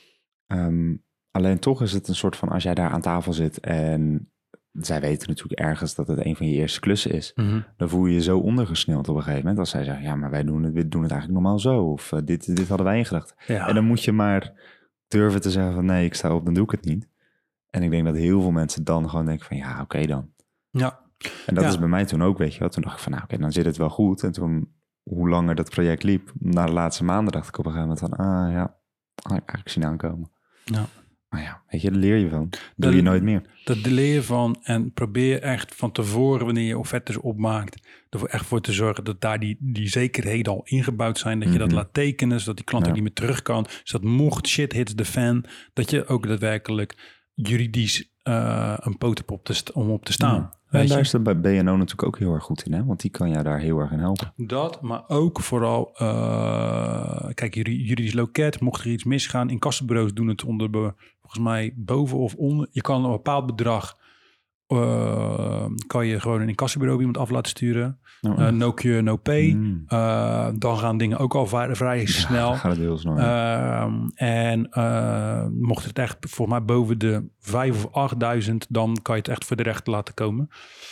Alleen toch is het een soort van, als jij daar aan tafel zit en zij weten natuurlijk ergens dat het een van je eerste klussen is. Dan voel je je zo ondergesneeuwd op een gegeven moment. Als zij zeggen, ja, maar we doen het eigenlijk normaal zo. Of dit hadden wij ingedacht. Ja. En dan moet je maar durven te zeggen van, nee, ik sta op, dan doe ik het niet. En ik denk dat heel veel mensen dan gewoon denken van, ja, oké dan. Ja. En dat Ja. is bij mij toen ook, weet je wel. Toen dacht ik van, nou oké, dan zit het wel goed. En toen, hoe langer dat project liep, na de laatste maanden dacht ik op een gegeven moment van, had ik eigenlijk zien aankomen. Ja. Maar ja, weet je, daar leer je van. Doe je nooit meer. Dat leer je van en probeer echt van tevoren, wanneer je offertes opmaakt, ervoor echt voor te zorgen dat daar die zekerheden al ingebouwd zijn. Dat je dat laat tekenen, zodat die klant ook niet meer terug kan. Zodat mocht shit hits the fan, dat je ook daadwerkelijk juridisch een poot hebt om op te staan. Ja. En daar is het bij BNO natuurlijk ook heel erg goed in, hè? Want die kan jou daar heel erg in helpen. Dat, maar ook vooral, kijk, juridisch loket, mocht er iets misgaan, incassobureaus doen het volgens mij boven of onder. Je kan een bepaald bedrag, kan je gewoon een incassobureau iemand af laten sturen. No cure, no pay. Dan gaan dingen ook al vrij snel. Ja, gaat het heel snel. En mocht het echt voor mij boven de 5.000 of 8.000, dan kan je het echt voor de rechter laten komen.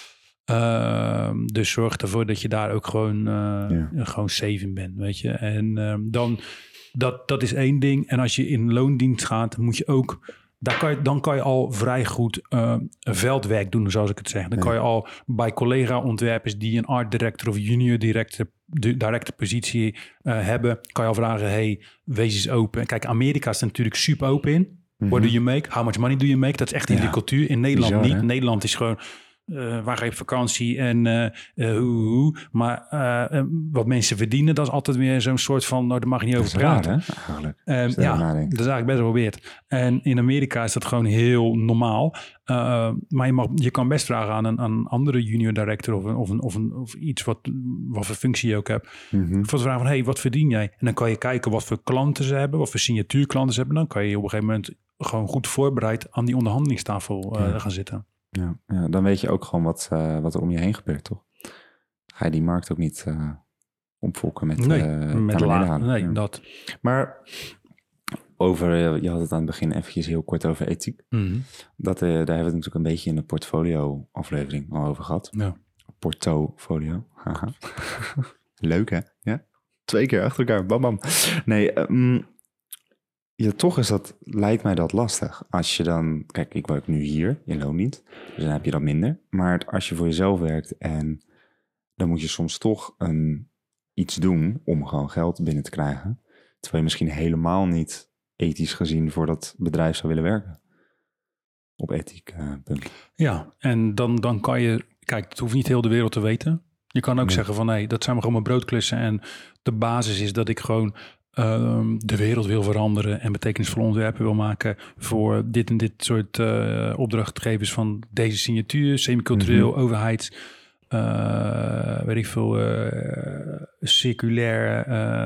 Dus zorg ervoor dat je daar ook gewoon safe in bent, weet je. En dan, dat is één ding. En als je in loondienst gaat, moet je ook... Dan kan je al vrij goed veldwerk doen, zoals ik het zeg. Dan kan je al bij collega-ontwerpers die een art director of junior director positie hebben, kan je al vragen, hey, wees eens open. Kijk, Amerika is er natuurlijk super open in. What do you make? How much money do you make? Dat is echt in de cultuur. In Nederland bizar, niet. Hè? Nederland is gewoon... waar ga je op vakantie en Maar wat mensen verdienen, dat is altijd weer zo'n soort van... Nou, daar mag je niet over praten. Raar, hè? Eigenlijk. Dat is eigenlijk best wel weird. En in Amerika is dat gewoon heel normaal. Maar je kan best vragen aan een andere junior director of iets wat voor functie je ook hebt. Voor te vragen van, hey, wat verdien jij? En dan kan je kijken wat voor klanten ze hebben, wat voor signatuurklanten ze hebben. Dan kan je op een gegeven moment gewoon goed voorbereid aan die onderhandelingstafel gaan zitten. Ja, dan weet je ook gewoon wat er om je heen gebeurt, toch? Ga je die markt ook niet opvolken met laag. Nee, ja. dat. Maar je had het aan het begin eventjes heel kort over ethiek. Daar hebben we het natuurlijk een beetje in de portfolio-aflevering al over gehad. Ja. Portofolio. Haha. Leuk, hè? Ja? 2 keer achter elkaar. Bam, bam. Nee, toch lijkt mij dat lastig. Als je dan, kijk, ik werk nu hier in loondienst, dus dan heb je dat minder. Maar als je voor jezelf werkt en dan moet je soms toch iets doen om gewoon geld binnen te krijgen, terwijl je misschien helemaal niet ethisch gezien voor dat bedrijf zou willen werken. Op ethiek punt. Ja, en dan kan je, kijk, het hoeft niet heel de wereld te weten. Je kan ook zeggen van, nee, dat zijn gewoon mijn broodklussen en de basis is dat ik gewoon de wereld wil veranderen en betekenisvolle ontwerpen wil maken voor dit en dit soort opdrachtgevers van deze signatuur, semi-cultureel, overheids, weet ik veel, circulair,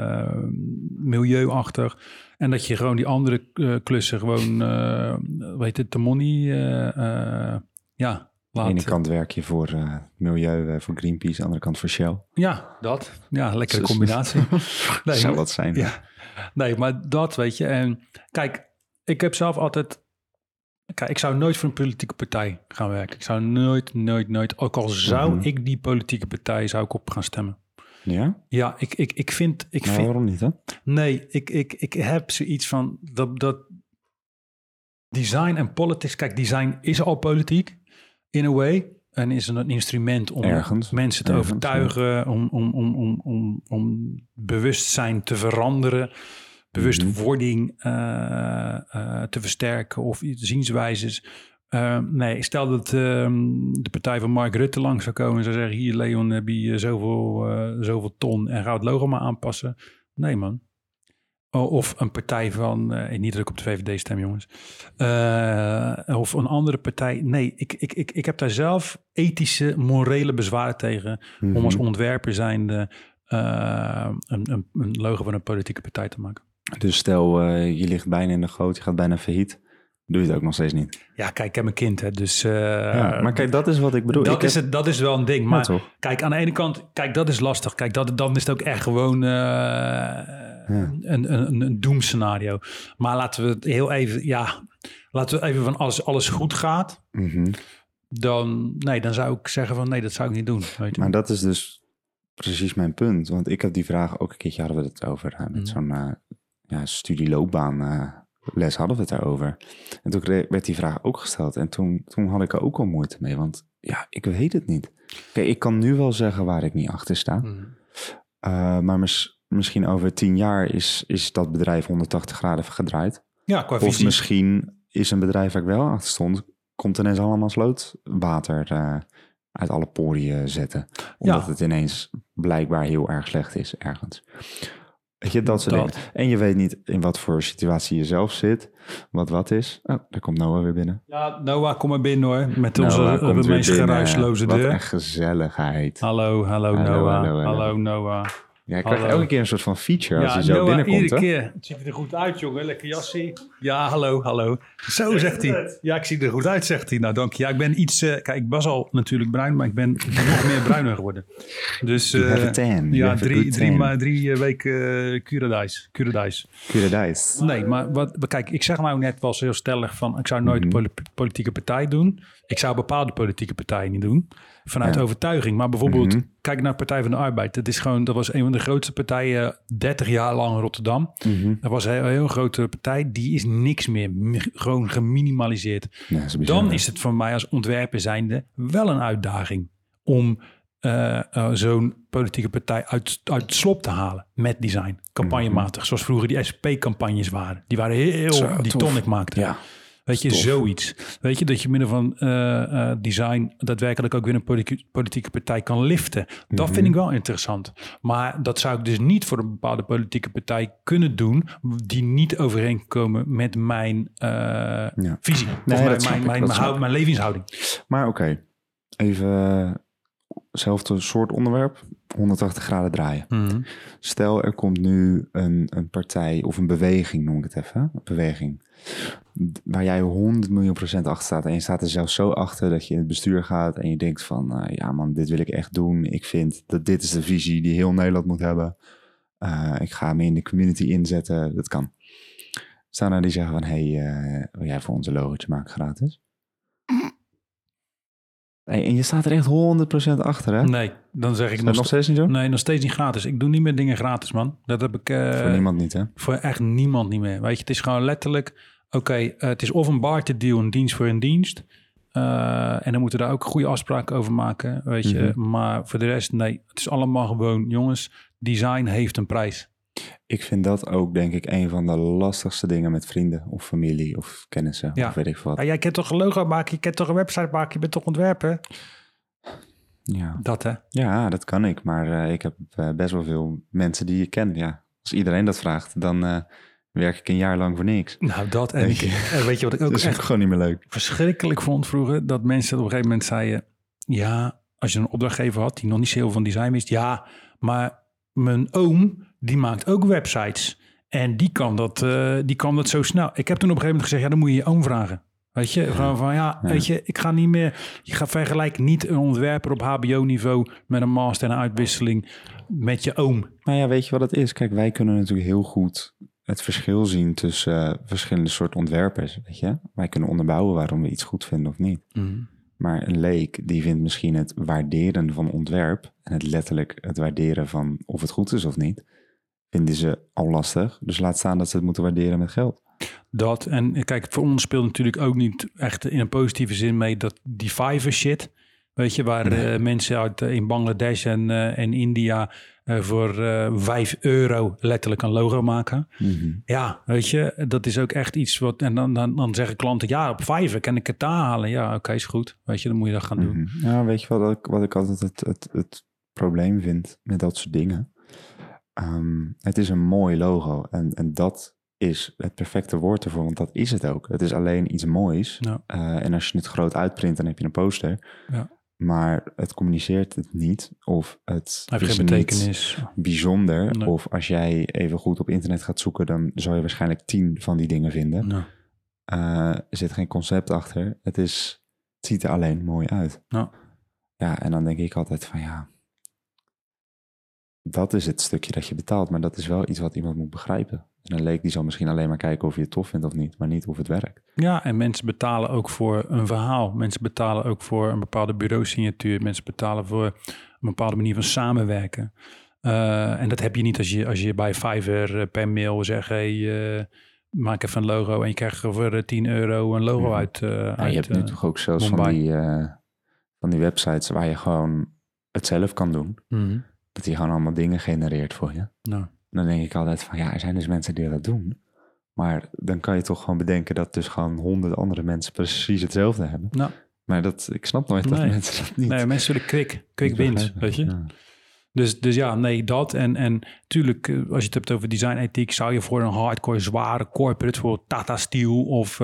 milieuachtig. En dat je gewoon die andere klussen gewoon, de money, Aan de ene kant werk je voor milieu, voor Greenpeace, aan de andere kant voor Shell. Ja, dat. Ja, lekkere combinatie. Nee, zou wat zijn. Ja. Nee, maar dat weet je. En kijk, ik heb zelf altijd... Kijk, ik zou nooit voor een politieke partij gaan werken. Ik zou nooit... Ook al zou ik die politieke partij, zou ik op gaan stemmen. Ja? Ja, ik vind... Waarom niet dan? Nee, ik heb zoiets van... Dat design en politics... Kijk, design is al politiek, in a way... En is een instrument om mensen te overtuigen, om bewustzijn te veranderen, bewustwording te versterken of zienswijzes. Nee, stel dat de partij van Mark Rutte langs zou komen en zou zeggen, hier Leon, heb je zoveel ton en ga het logo maar aanpassen. Nee man. Of een partij van, niet dat ik op de VVD stem jongens, of een andere partij. Nee, ik heb daar zelf ethische, morele bezwaren tegen om als ontwerper zijnde een logo van een politieke partij te maken. Dus stel, je ligt bijna in de goot, je gaat bijna failliet. Doe je het ook nog steeds niet? Ja, kijk, ik heb een kind, hè, dus... maar kijk, dat is wat ik bedoel. Dat is wel een ding. Maar toch? Kijk, aan de ene kant, kijk, dat is lastig. Kijk, dan is het ook echt gewoon een doemscenario. Maar laten we het heel even... Ja, laten we even van alles goed gaat. Dan zou ik zeggen van nee, dat zou ik niet doen. Weet je? Maar dat is dus precies mijn punt. Want ik heb die vraag ook een keertje hadden we het over met zo'n studieloopbaan les hadden we het daarover. En toen werd die vraag ook gesteld. En toen had ik er ook al moeite mee. Want ja, ik weet het niet. Kijk, ik kan nu wel zeggen waar ik niet achter sta. Maar misschien over 10 jaar is dat bedrijf 180 graden gedraaid. Ja, qua Of visie. misschien is een bedrijf waar ik wel achter stond, komt ineens allemaal slootwater uit alle poriën zetten. Omdat het ineens blijkbaar heel erg slecht is ergens. Weet je, dat soort dingen. En je weet niet in wat voor situatie je zelf zit. Wat is. Oh, daar komt Noah weer binnen. Ja, Noah, kom maar binnen hoor. Met onze meest geruisloze deur. Wat een gezelligheid. Hallo Noah. Hallo Noah. Ja, je krijgt elke keer een soort van feature als je zo binnenkomt. Iedere keer. Het ziet er goed uit, jongen. Lekker jassie. Ja, hallo. Zo zegt hij. Ja, ik zie er goed uit, zegt hij. Nou, dank je. Ja, ik ben iets... kijk, ik was al natuurlijk bruin, maar ik ben nog meer bruiner geworden. Dus... you have a tan. Ja, 3 weken Curadijs. Nee, maar kijk, ik zeg nou net was heel stellig van... ik zou nooit een politieke partij doen. Ik zou bepaalde politieke partijen niet doen. Vanuit overtuiging. Maar bijvoorbeeld, kijk naar Partij van de Arbeid. Dat was een van de grootste partijen 30 jaar lang in Rotterdam. Dat was een heel grote partij. Die is niks meer. Gewoon geminimaliseerd. Ja, dan is het voor mij als ontwerper zijnde wel een uitdaging om zo'n politieke partij uit het slop te halen met design. Campagnematig. Zoals vroeger die SP-campagnes waren. Die waren heel... die tonic maakten. Ja. Weet je, zoiets. Weet je, dat je middel van design daadwerkelijk ook weer een politieke partij kan liften. Dat vind ik wel interessant. Maar dat zou ik dus niet voor een bepaalde politieke partij kunnen doen die niet overeenkomen met mijn visie. Nee, of mijn levenshouding. Maar oké, even hetzelfde soort onderwerp. 180 graden draaien. Stel, er komt nu een partij of een beweging, noem ik het even. Een beweging. Waar jij 100 miljoen % achter staat. En je staat er zelfs zo achter dat je in het bestuur gaat. En je denkt van, ja man, dit wil ik echt doen. Ik vind dat dit is de visie die heel Nederland moet hebben. Ik ga me in de community inzetten. Dat kan. Staan er die zeggen van, wil jij voor onze logootje maken gratis? Hey, en je staat er echt 100% achter, hè? Nee, dan zeg ik nog steeds niet zo? Nee, nog steeds niet gratis. Ik doe niet meer dingen gratis, man. Dat heb ik... voor niemand niet, hè? Voor echt niemand niet meer. Weet je, het is gewoon letterlijk... Oké, het is of een barter deal, een dienst voor een dienst. En dan moeten we daar ook goede afspraken over maken, weet je. Maar voor de rest, nee. Het is allemaal gewoon, jongens, design heeft een prijs. Ik vind dat ook, denk ik, een van de lastigste dingen met vrienden of familie of kennissen. Of weet ik wat. Ja, jij kent toch een logo maken, je kent toch een website maken, je bent toch ontwerper? Ja. Dat, hè? Ja, dat kan ik. Maar ik heb best wel veel mensen die ik ken. Ja, als iedereen dat vraagt, dan werk ik een jaar lang voor niks. Nou, dat en weet je wat ik ook dat is echt gewoon niet meer leuk. Verschrikkelijk vond vroeger, dat mensen op een gegeven moment zeiden, ja, als je een opdrachtgever had die nog niet zo heel van design wist, ja, maar mijn oom, die maakt ook websites. En die kan dat zo snel. Ik heb toen op een gegeven moment gezegd, ja, dan moet je je oom vragen. Weet je, gewoon van weet je, ik ga niet meer... Je gaat vergelijken niet een ontwerper op hbo-niveau met een master en een uitwisseling met je oom. Nou ja, weet je wat het is? Kijk, wij kunnen natuurlijk heel goed het verschil zien tussen verschillende soorten ontwerpers, weet je. Wij kunnen onderbouwen waarom we iets goed vinden of niet. Maar een leek, die vindt misschien het waarderen van ontwerp en het letterlijk het waarderen van of het goed is of niet, vinden ze al lastig. Dus laat staan dat ze het moeten waarderen met geld. Dat, en kijk, voor ons speelt natuurlijk ook niet echt in een positieve zin mee dat die Fiverr shit, weet je, waar mensen uit in Bangladesh en India voor €5 letterlijk een logo maken. Ja, weet je, dat is ook echt iets wat, en dan zeggen klanten, ja, op Fiverr kan ik het daar halen. Ja, oké, is goed. Weet je, dan moet je dat gaan doen. Ja, weet je wat ik altijd het probleem vind met dat soort dingen? Het is een mooi logo en dat is het perfecte woord ervoor, want dat is het ook. Het is alleen iets moois. Ja. En als je het groot uitprint, dan heb je een poster. Ja. Maar het communiceert het niet. Of het heeft geen betekenis. Bijzonder. Nee. Of als jij even goed op internet gaat zoeken, dan zal je waarschijnlijk 10 van die dingen vinden. Nee. Er zit geen concept achter. Het ziet er alleen mooi uit. Ja, en dan denk ik altijd van ja, dat is het stukje dat je betaalt. Maar dat is wel iets wat iemand moet begrijpen. En een leek die zal misschien alleen maar kijken of je het tof vindt of niet, maar niet of het werkt. Ja, en mensen betalen ook voor een verhaal. Mensen betalen ook voor een bepaalde bureausignatuur. Mensen betalen voor een bepaalde manier van samenwerken. En dat heb je niet als je bij Fiverr per mail zegt, maak even een logo en je krijgt voor €10 een logo uit. Je hebt nu toch ook zelfs van die websites waar je gewoon het zelf kan doen. Dat die gewoon allemaal dingen genereert voor je. Nou. Dan denk ik altijd van, er zijn dus mensen die dat doen. Maar dan kan je toch gewoon bedenken dat dus gewoon 100 andere mensen precies hetzelfde hebben. Nou. Maar ik snap nooit dat mensen dat niet... Nee, mensen willen quick wins, weet je. Ja. Dus ja, nee, dat. En natuurlijk, als je het hebt over design ethiek, zou je voor een hardcore, zware corporate, voor Tata Steel of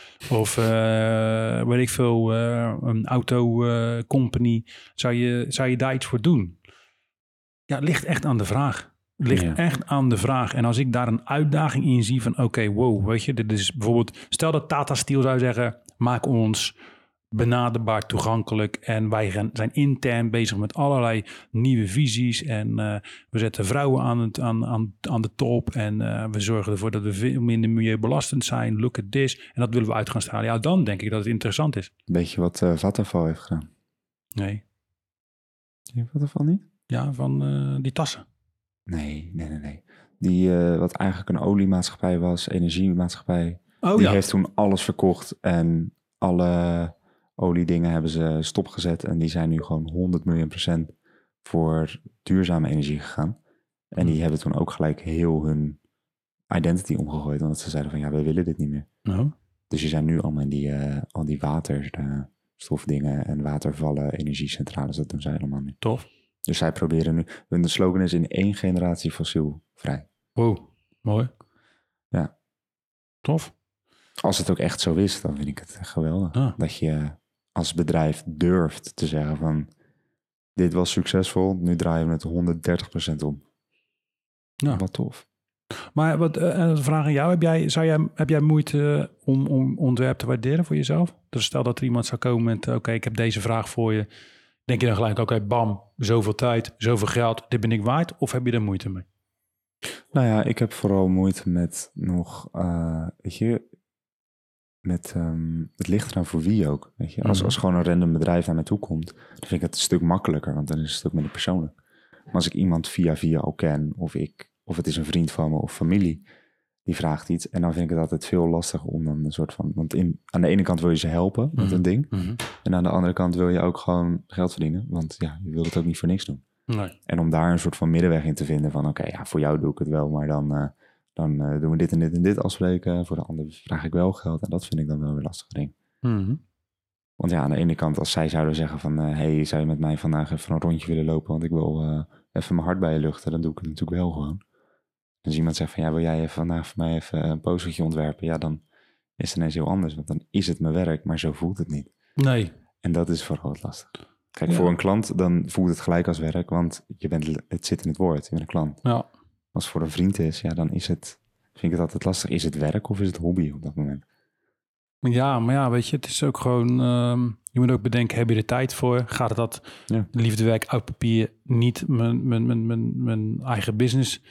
weet ik veel, een auto company, zou je daar iets voor doen? Ja, het ligt echt aan de vraag. Echt aan de vraag. En als ik daar een uitdaging in zie van, oké, wow, weet je, dit is bijvoorbeeld, stel dat Tata Steel zou zeggen, maak ons benaderbaar, toegankelijk en wij zijn intern bezig met allerlei nieuwe visies en we zetten vrouwen aan de top en we zorgen ervoor dat we veel minder milieubelastend zijn. Look at this. En dat willen we uit gaan stralen. Ja, dan denk ik dat het interessant is. Weet je wat Vattenfall heeft gedaan? Nee. Vattenfall niet? Ja, van die tassen. Nee. Die wat eigenlijk een oliemaatschappij was, energiemaatschappij. Die heeft toen alles verkocht en alle oliedingen hebben ze stopgezet. En die zijn nu gewoon 100 miljoen % voor duurzame energie gegaan. En die hebben toen ook gelijk heel hun identity omgegooid. Omdat ze zeiden van, wij willen dit niet meer. Oh. Dus die zijn nu allemaal in al die waterstofdingen en watervallen, energiecentrales. Dat doen zij allemaal nu. Tof. Dus zij proberen nu... De slogan is in 1 generatie fossielvrij. Wow, mooi. Ja. Tof. Als het ook echt zo is, dan vind ik het geweldig. Dat je als bedrijf durft te zeggen van... Dit was succesvol, nu draaien we het 130% om. Ja. Wat tof. Maar een vraag aan jou. Heb jij moeite om ontwerp te waarderen voor jezelf? Dus stel dat er iemand zou komen met... Oké, ik heb deze vraag voor je. Denk je dan gelijk, oké, bam, zoveel tijd, zoveel geld, dit ben ik waard? Of heb je er moeite mee? Nou ja, ik heb vooral moeite met nog, weet je, met het ligt eraan voor wie ook. Weet je? Als gewoon een random bedrijf naar mij toe komt, dan vind ik het een stuk makkelijker, want dan is het een stuk minder persoonlijk. Maar als ik iemand via al ken, of het is een vriend van me of familie, die vraagt iets. En dan vind ik het altijd veel lastiger om dan een soort van... Want aan de ene kant wil je ze helpen met een ding. En aan de andere kant wil je ook gewoon geld verdienen. Want je wil het ook niet voor niks doen. Nee. En om daar een soort van middenweg in te vinden van... Oké, voor jou doe ik het wel, maar dan doen we dit en dit en dit afspreken. Voor de ander vraag ik wel geld. En dat vind ik dan wel weer lastig ding. Want aan de ene kant, als zij zouden zeggen van... Hey, zou je met mij vandaag even een rondje willen lopen? Want ik wil even mijn hart bij je luchten. Dan doe ik het natuurlijk wel gewoon. Als iemand zegt van, wil jij vandaag voor mij even een postertje ontwerpen? Ja, dan is het ineens heel anders. Want dan is het mijn werk, maar zo voelt het niet. Nee. En dat is vooral het lastig. Kijk, voor een klant, dan voelt het gelijk als werk. Want het zit in het woord, je bent een klant. Ja. Als het voor een vriend is, dan is het... Vind ik het altijd lastig. Is het werk of is het hobby op dat moment? Ja, maar weet je, het is ook gewoon... je moet ook bedenken, heb je er tijd voor? Gaat het dat liefdewerk uit papier niet mijn eigen business...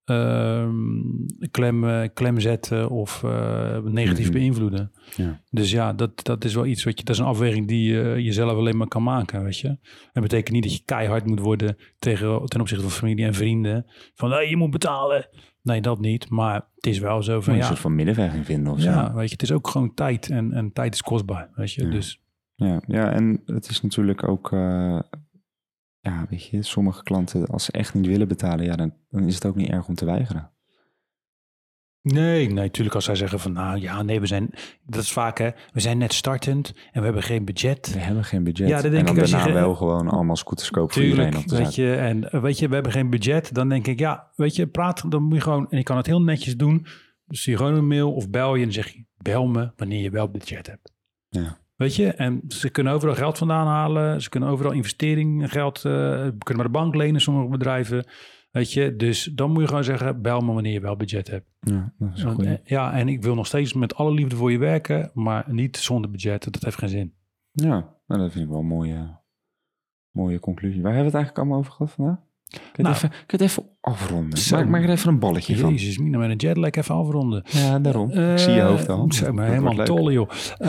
klem zetten of negatief beïnvloeden. Ja. Dus dat is wel iets dat is een afweging die je zelf alleen maar kan maken, weet je. Dat betekent niet dat je keihard moet worden ten opzichte van familie en vrienden. Van, je moet betalen. Nee, dat niet. Maar het is wel zo van, een soort van middenweg in vinden of zo. Ja, weet je, het is ook gewoon tijd en tijd is kostbaar, weet je. Ja. Dus. Ja, en het is natuurlijk ook... weet je, sommige klanten, als ze echt niet willen betalen, dan is het ook niet erg om te weigeren. Nee, natuurlijk als zij zeggen van, dat is vaak we zijn net startend en we hebben geen budget. We hebben geen budget. Ja, dan denk en dan ik daarna wel gewoon allemaal scooters kopen voor iedereen op de weet je, en weet je, we hebben geen budget. Dan denk ik, weet je, praat, dan moet je gewoon, en ik kan het heel netjes doen. Dus stuur gewoon een mail of bel je en dan zeg je, bel me wanneer je wel budget hebt. Ja. Weet je, en ze kunnen overal geld vandaan halen. Ze kunnen overal investeringsgeld, kunnen bij de bank lenen, sommige bedrijven. Weet je, dus dan moet je gewoon zeggen, bel me wanneer je wel budget hebt. Ja, dat is goed. En ik wil nog steeds met alle liefde voor je werken, maar niet zonder budget. Dat heeft geen zin. Ja, dat vind ik wel een mooie conclusie. Waar hebben we het eigenlijk allemaal over gehad vandaag? Kun je het even afronden? Maak er even een balletje van. Jezus, mina met een jetlag even afronden. Ja, daarom. Ik zie je hoofd al. Zeg maar helemaal tolle, joh.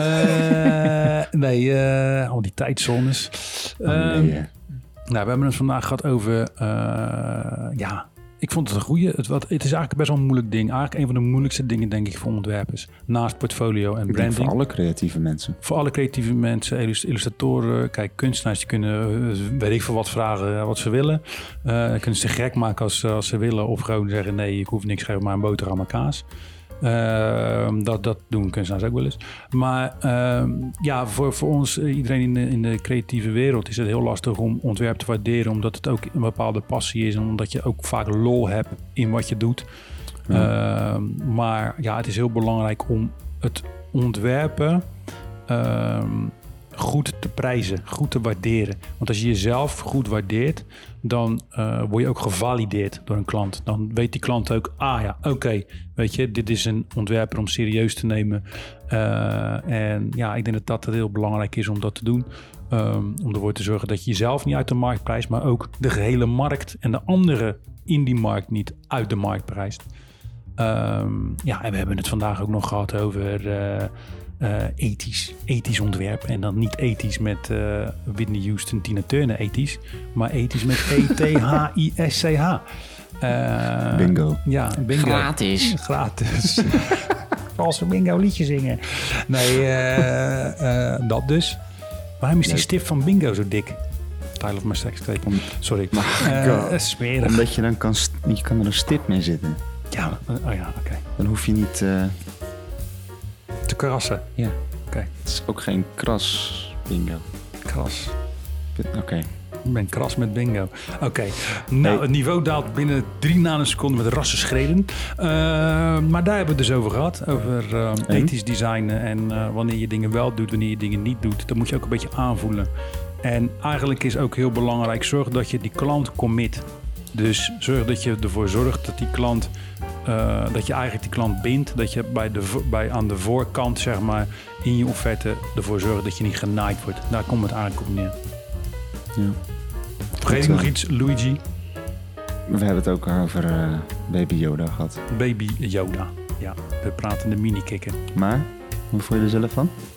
Al die tijdzones. We hebben het vandaag gehad over Ik vond het een goeie. Het is eigenlijk best wel een moeilijk ding. Eigenlijk een van de moeilijkste dingen, denk ik, voor ontwerpers. Naast portfolio en branding. Voor alle creatieve mensen. Voor alle creatieve mensen, illustratoren. Kijk, kunstenaars die kunnen, weet ik veel wat, vragen wat ze willen. Kunnen ze gek maken als ze willen. Of gewoon zeggen, nee, ik hoef niks, geef maar een boterham en kaas. Dat doen kunstenaars ook wel eens. Maar voor ons, iedereen in de creatieve wereld, is het heel lastig om ontwerp te waarderen. Omdat het ook een bepaalde passie is. En omdat je ook vaak lol hebt in wat je doet. Ja. Maar ja, het is heel belangrijk om het ontwerpen goed te prijzen, goed te waarderen. Want als je jezelf goed waardeert, dan word je ook gevalideerd door een klant. Dan weet die klant ook, oké, weet je, dit is een ontwerper om serieus te nemen. En ja, ik denk dat het heel belangrijk is om dat te doen. Om ervoor te zorgen dat je jezelf niet uit de markt prijst, maar ook de gehele markt en de anderen in die markt niet uit de markt prijst. En we hebben het vandaag ook nog gehad over ethisch ontwerp. En dan niet ethisch met Whitney Houston, Tina Turner ethisch, maar ethisch met ETHISCH. Bingo. Ja, bingo. Gratis. Valse bingo liedje zingen. Nee, dat dus. Waarom is die stip van bingo zo dik? Style of my sex tape. Sorry. Smerig. Omdat je dan je kan er een stip mee zitten. Ja, oké. Dan hoef je niet te krassen. Ja. Oké. Het is ook geen kras bingo. Kras. Oké. Ik ben kras met bingo. Oké. Nou, het niveau daalt binnen 3 nanoseconden met rassenschreden. Maar daar hebben we het dus over gehad. Over ethisch designen en wanneer je dingen wel doet, wanneer je dingen niet doet. Dat moet je ook een beetje aanvoelen. En eigenlijk is ook heel belangrijk, zorg dat je die klant commit. Dus zorg dat je ervoor zorgt dat die klant, dat je eigenlijk die klant bindt. Dat je aan de voorkant, zeg maar, in je offerte ervoor zorgt dat je niet genaaid wordt. Daar komt het eigenlijk op neer. Ja. Vergeet ik nog iets, Luigi? We hebben het ook over Baby Yoda gehad. Baby Yoda, ja. De pratende mini-kikker. Maar, hoe vond je er zelf van?